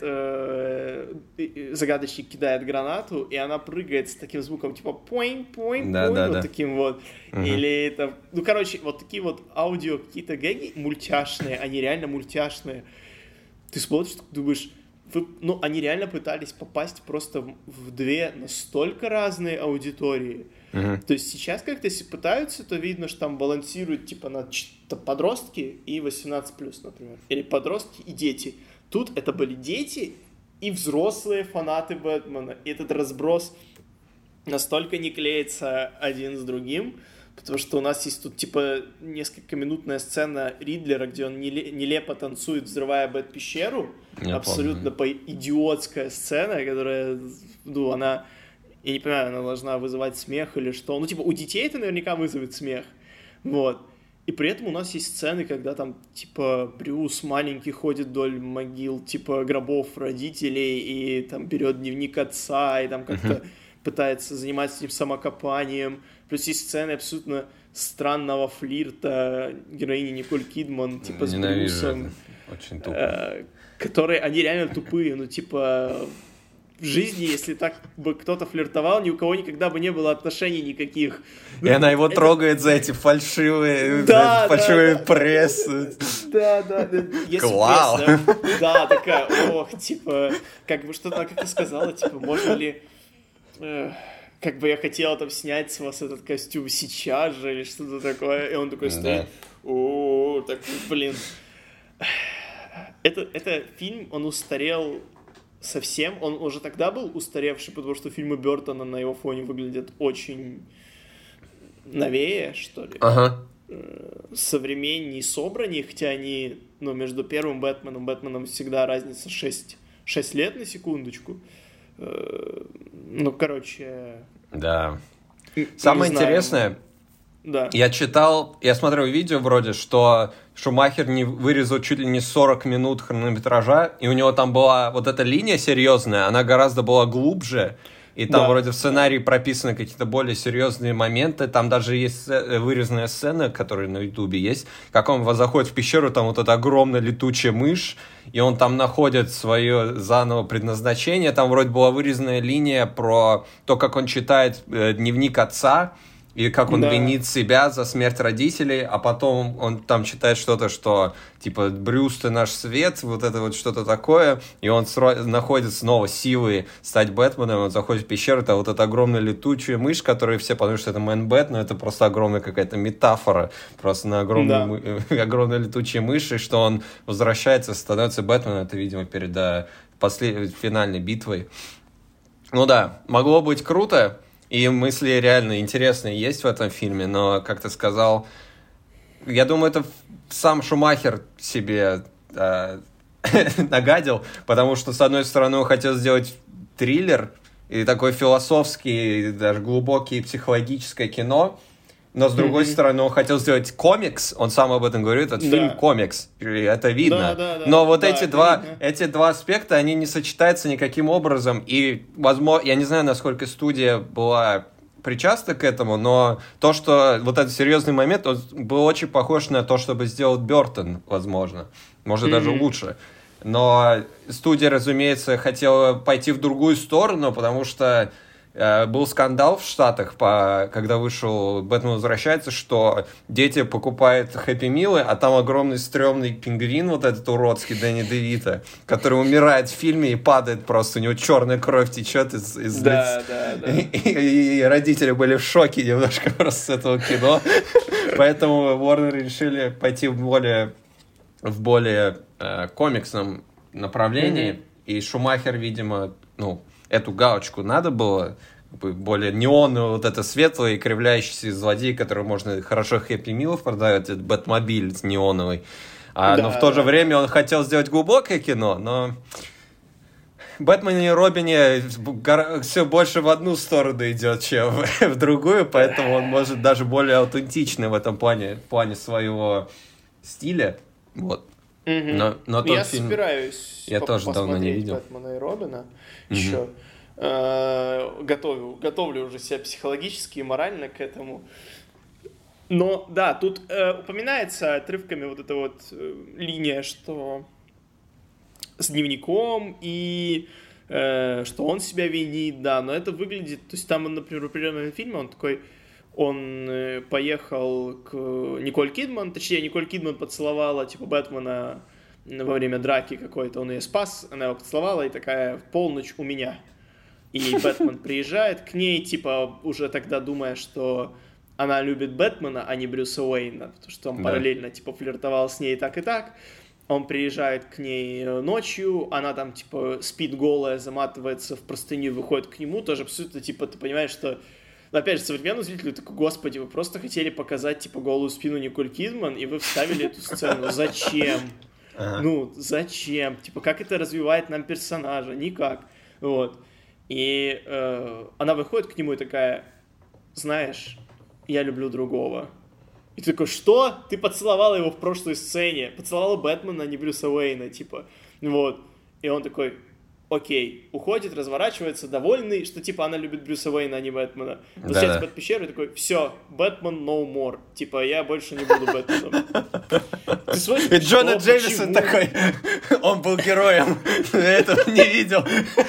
загадочник кидает гранату, и она прыгает с таким звуком, типа поинг, вот таким вот. Или там, ну, короче, вот такие вот аудио какие-то гэги мультяшные, они реально мультяшные. Ты смотришь, думаешь, они реально пытались попасть просто в две настолько разные аудитории. То есть сейчас как-то если пытаются, то видно, что там балансируют типа на подростки и 18+, например. Или подростки и дети. Тут это были дети и взрослые фанаты Бэтмена. И этот разброс настолько не клеится один с другим, потому что у нас есть тут типа несколькоминутная сцена Ридлера, где он нелепо танцует, взрывая Бэт-пещеру. Абсолютно идиотская сцена, которая, она... Я не понимаю, она должна вызывать смех или что. Ну, типа, у детей это наверняка вызовет смех. Вот. И при этом у нас есть сцены, когда там, типа, Брюс маленький ходит вдоль могил, типа, гробов родителей, и там берет дневник отца, и там как-то пытается заниматься этим самокопанием. Плюс есть сцены абсолютно странного флирта героини Николь Кидман, типа, с Брюсом. Очень тупо. Которые, они реально тупые, ну, типа... В жизни, если так бы кто-то флиртовал, ни у кого никогда бы не было отношений никаких. И она его трогает за эти фальшивые прессы. Да. Клау. Да, такая, типа, как бы что-то, как ты сказала, типа, можно ли... Как бы я хотела там снять с вас этот костюм сейчас же, или что-то такое. И он такой стоит. Так, блин. Это фильм, он устарел... совсем. Он уже тогда был устаревший, потому что фильмы Бёртона на его фоне выглядят очень новее, что ли. Современнее, собраннее, хотя они, между первым Бэтменом всегда разница 6 лет, на секундочку. Короче... Да. Самое интересное... Да. Я смотрел видео вроде, что Шумахер не вырезал чуть ли не 40 минут хронометража, и у него там была вот эта линия серьезная, она гораздо была глубже, и там вроде в сценарии прописаны какие-то более серьезные моменты, там даже есть вырезанная сцена, которая на Ютубе есть, как он заходит в пещеру, там вот эта огромная летучая мышь, и он там находит свое заново предназначение, там вроде была вырезанная линия про то, как он читает дневник отца, и как он винит себя за смерть родителей, а потом он там читает что-то, что типа «Брюс, ты наш свет», вот это вот что-то такое, и он находит снова силы стать Бэтменом, он заходит в пещеру, это вот эта огромная летучая мышь, которую все подумают, что это Мэн-Бэт, но это просто огромная какая-то метафора, просто на огромной летучей мыши, что он возвращается, становится Бэтменом, это, видимо, перед финальной битвой. Ну да, могло быть круто. И мысли реально интересные есть в этом фильме, но, как ты сказал, я думаю, это сам Шумахер себе нагадил, потому что, с одной стороны, он хотел сделать триллер и такой философский, даже глубокий психологическое кино, но, с другой стороны, он хотел сделать комикс, он сам об этом говорит, это фильм комикс, и это видно. Но вот эти два аспекта, они не сочетаются никаким образом, и, возможно, я не знаю, насколько студия была причастна к этому, но то, что вот этот серьезный момент, он был очень похож на то, что бы сделал Бёртон, возможно, может, даже лучше. Но студия, разумеется, хотела пойти в другую сторону, потому что был скандал в Штатах, когда вышел «Бэтмен возвращается», что дети покупают хэппи-милы, а там огромный стрёмный пингвин, вот этот уродский Дэнни Девито, который умирает в фильме и падает просто, у него черная кровь течет из лица. И родители были в шоке немножко просто с этого кино. Поэтому Warner решили пойти в более комиксном направлении. И Шумахер, видимо, эту галочку надо было, более неоновый, вот это светлый, кривляющийся злодей, который можно хорошо Хэппи Милов продавать, этот Бэтмобиль неоновый. Но в то же время он хотел сделать глубокое кино, но Бэтмен и Робине все больше в одну сторону идет, чем в другую, поэтому он может даже более аутентичный в этом плане, в плане своего стиля. Вот. Но тот я фильм собираюсь я тоже давно не видел. Бэтмена и Робина еще. Готовлю уже себя психологически и морально к этому. Но да, тут упоминается отрывками вот эта вот линия, что с дневником и что он себя винит, да, но это выглядит, то есть там, например, в определенном фильме он поехал к Николь Кидман, точнее, Николь Кидман поцеловала, типа, Бэтмена во время драки какой-то, он ее спас, она его поцеловала и такая: «В полночь у меня». И Бэтмен приезжает к ней, типа, уже тогда думая, что она любит Бэтмена, а не Брюса Уэйна, потому что он параллельно, типа, флиртовал с ней и так, и так. Он приезжает к ней ночью, она там, типа, спит голая, заматывается в простыню, выходит к нему, тоже абсолютно, типа, ты понимаешь, что... Опять же, современному зрителю такой: господи, вы просто хотели показать, типа, голую спину Николь Кидман, и вы вставили эту сцену. Зачем? Зачем? Типа, как это развивает нам персонажа? Никак. Вот. И она выходит к нему и такая: знаешь, я люблю другого. И ты такой: что? Ты поцеловала его в прошлой сцене. Поцеловала Бэтмена, а не Брюса Уэйна, типа. Вот. И он такой: окей, уходит, разворачивается, довольный, что, типа, она любит Брюса Уэйна, а не Бэтмена. Возвращается под пещеру и такой: все, Бэтмен no more. Типа, я больше не буду Бэтменом. И Джона Джеймисон такой: он был героем, я этого не видел.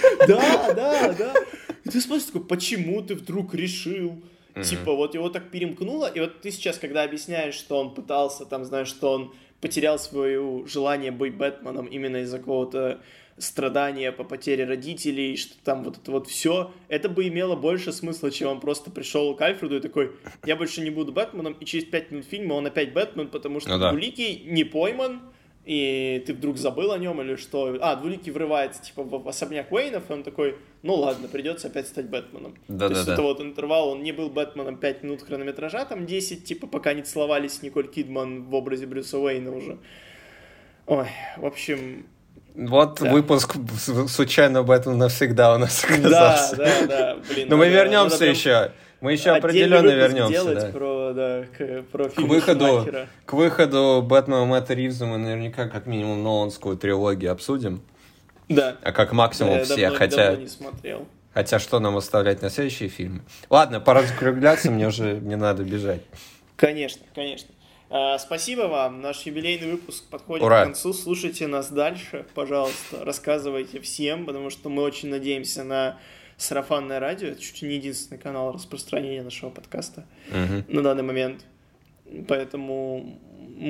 Да. И ты смотришь такой: почему ты вдруг решил? Типа, вот его так перемкнуло, и вот ты сейчас, когда объясняешь, что он пытался, там, знаешь, что он потерял свое желание быть Бэтменом именно из-за какого-то страдания по потере родителей, что там вот это вот все, это бы имело больше смысла, чем он просто пришел к Альфреду и такой: я больше не буду Бэтменом, и через 5 минут фильма он опять Бэтмен, потому что Двуликий не пойман, и ты вдруг забыл о нем или что. Двуликий врывается, типа, в особняк Уэйнов, и он такой: ну ладно, придется опять стать Бэтменом. То есть это вот интервал, он не был Бэтменом 5 минут хронометража, там 10, типа, пока не целовались с Николь Кидман в образе Брюса Уэйна уже. Ой, в общем... Вот выпуск случайно Бэтмен навсегда у нас оказался. Да. Блин, но мы вернемся еще. Мы еще определенно вернемся. Про фильм Шумахера. К выходу Бэтмена Мэтта Ривза мы наверняка как минимум Ноланскую трилогию обсудим. Да. А как максимум все. Давно не смотрел. Хотя что нам оставлять на следующие фильмы? Ладно, пора закругляться, мне надо бежать. Конечно. Спасибо вам. Наш юбилейный выпуск подходит к концу. Слушайте нас дальше, пожалуйста. Рассказывайте всем, потому что мы очень надеемся на сарафанное радио. Это чуть ли не единственный канал распространения нашего подкаста на данный момент. Поэтому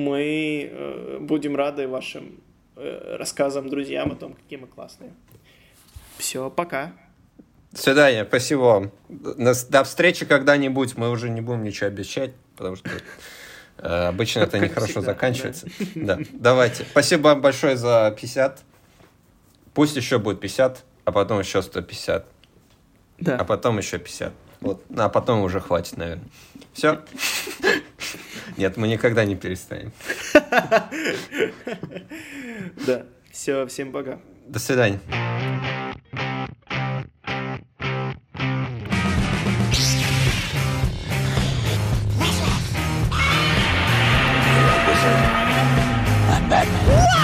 мы будем рады вашим рассказам друзьям о том, какие мы классные. Все, пока. До свидания, спасибо вам. До встречи когда-нибудь. Мы уже не будем ничего обещать, потому что обычно это нехорошо заканчивается. Да. Давайте. Спасибо вам большое за 50. Пусть еще будет 50, а потом еще 150. Да. А потом еще 50. Вот. А потом уже хватит, наверное. Все? Нет, мы никогда не перестанем. Да. Все, всем пока. До свидания. I'm Batman.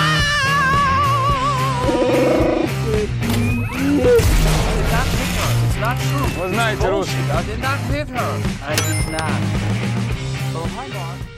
It's not true. Вы знаете русский. I did not hit her. I did not. Oh, hang on.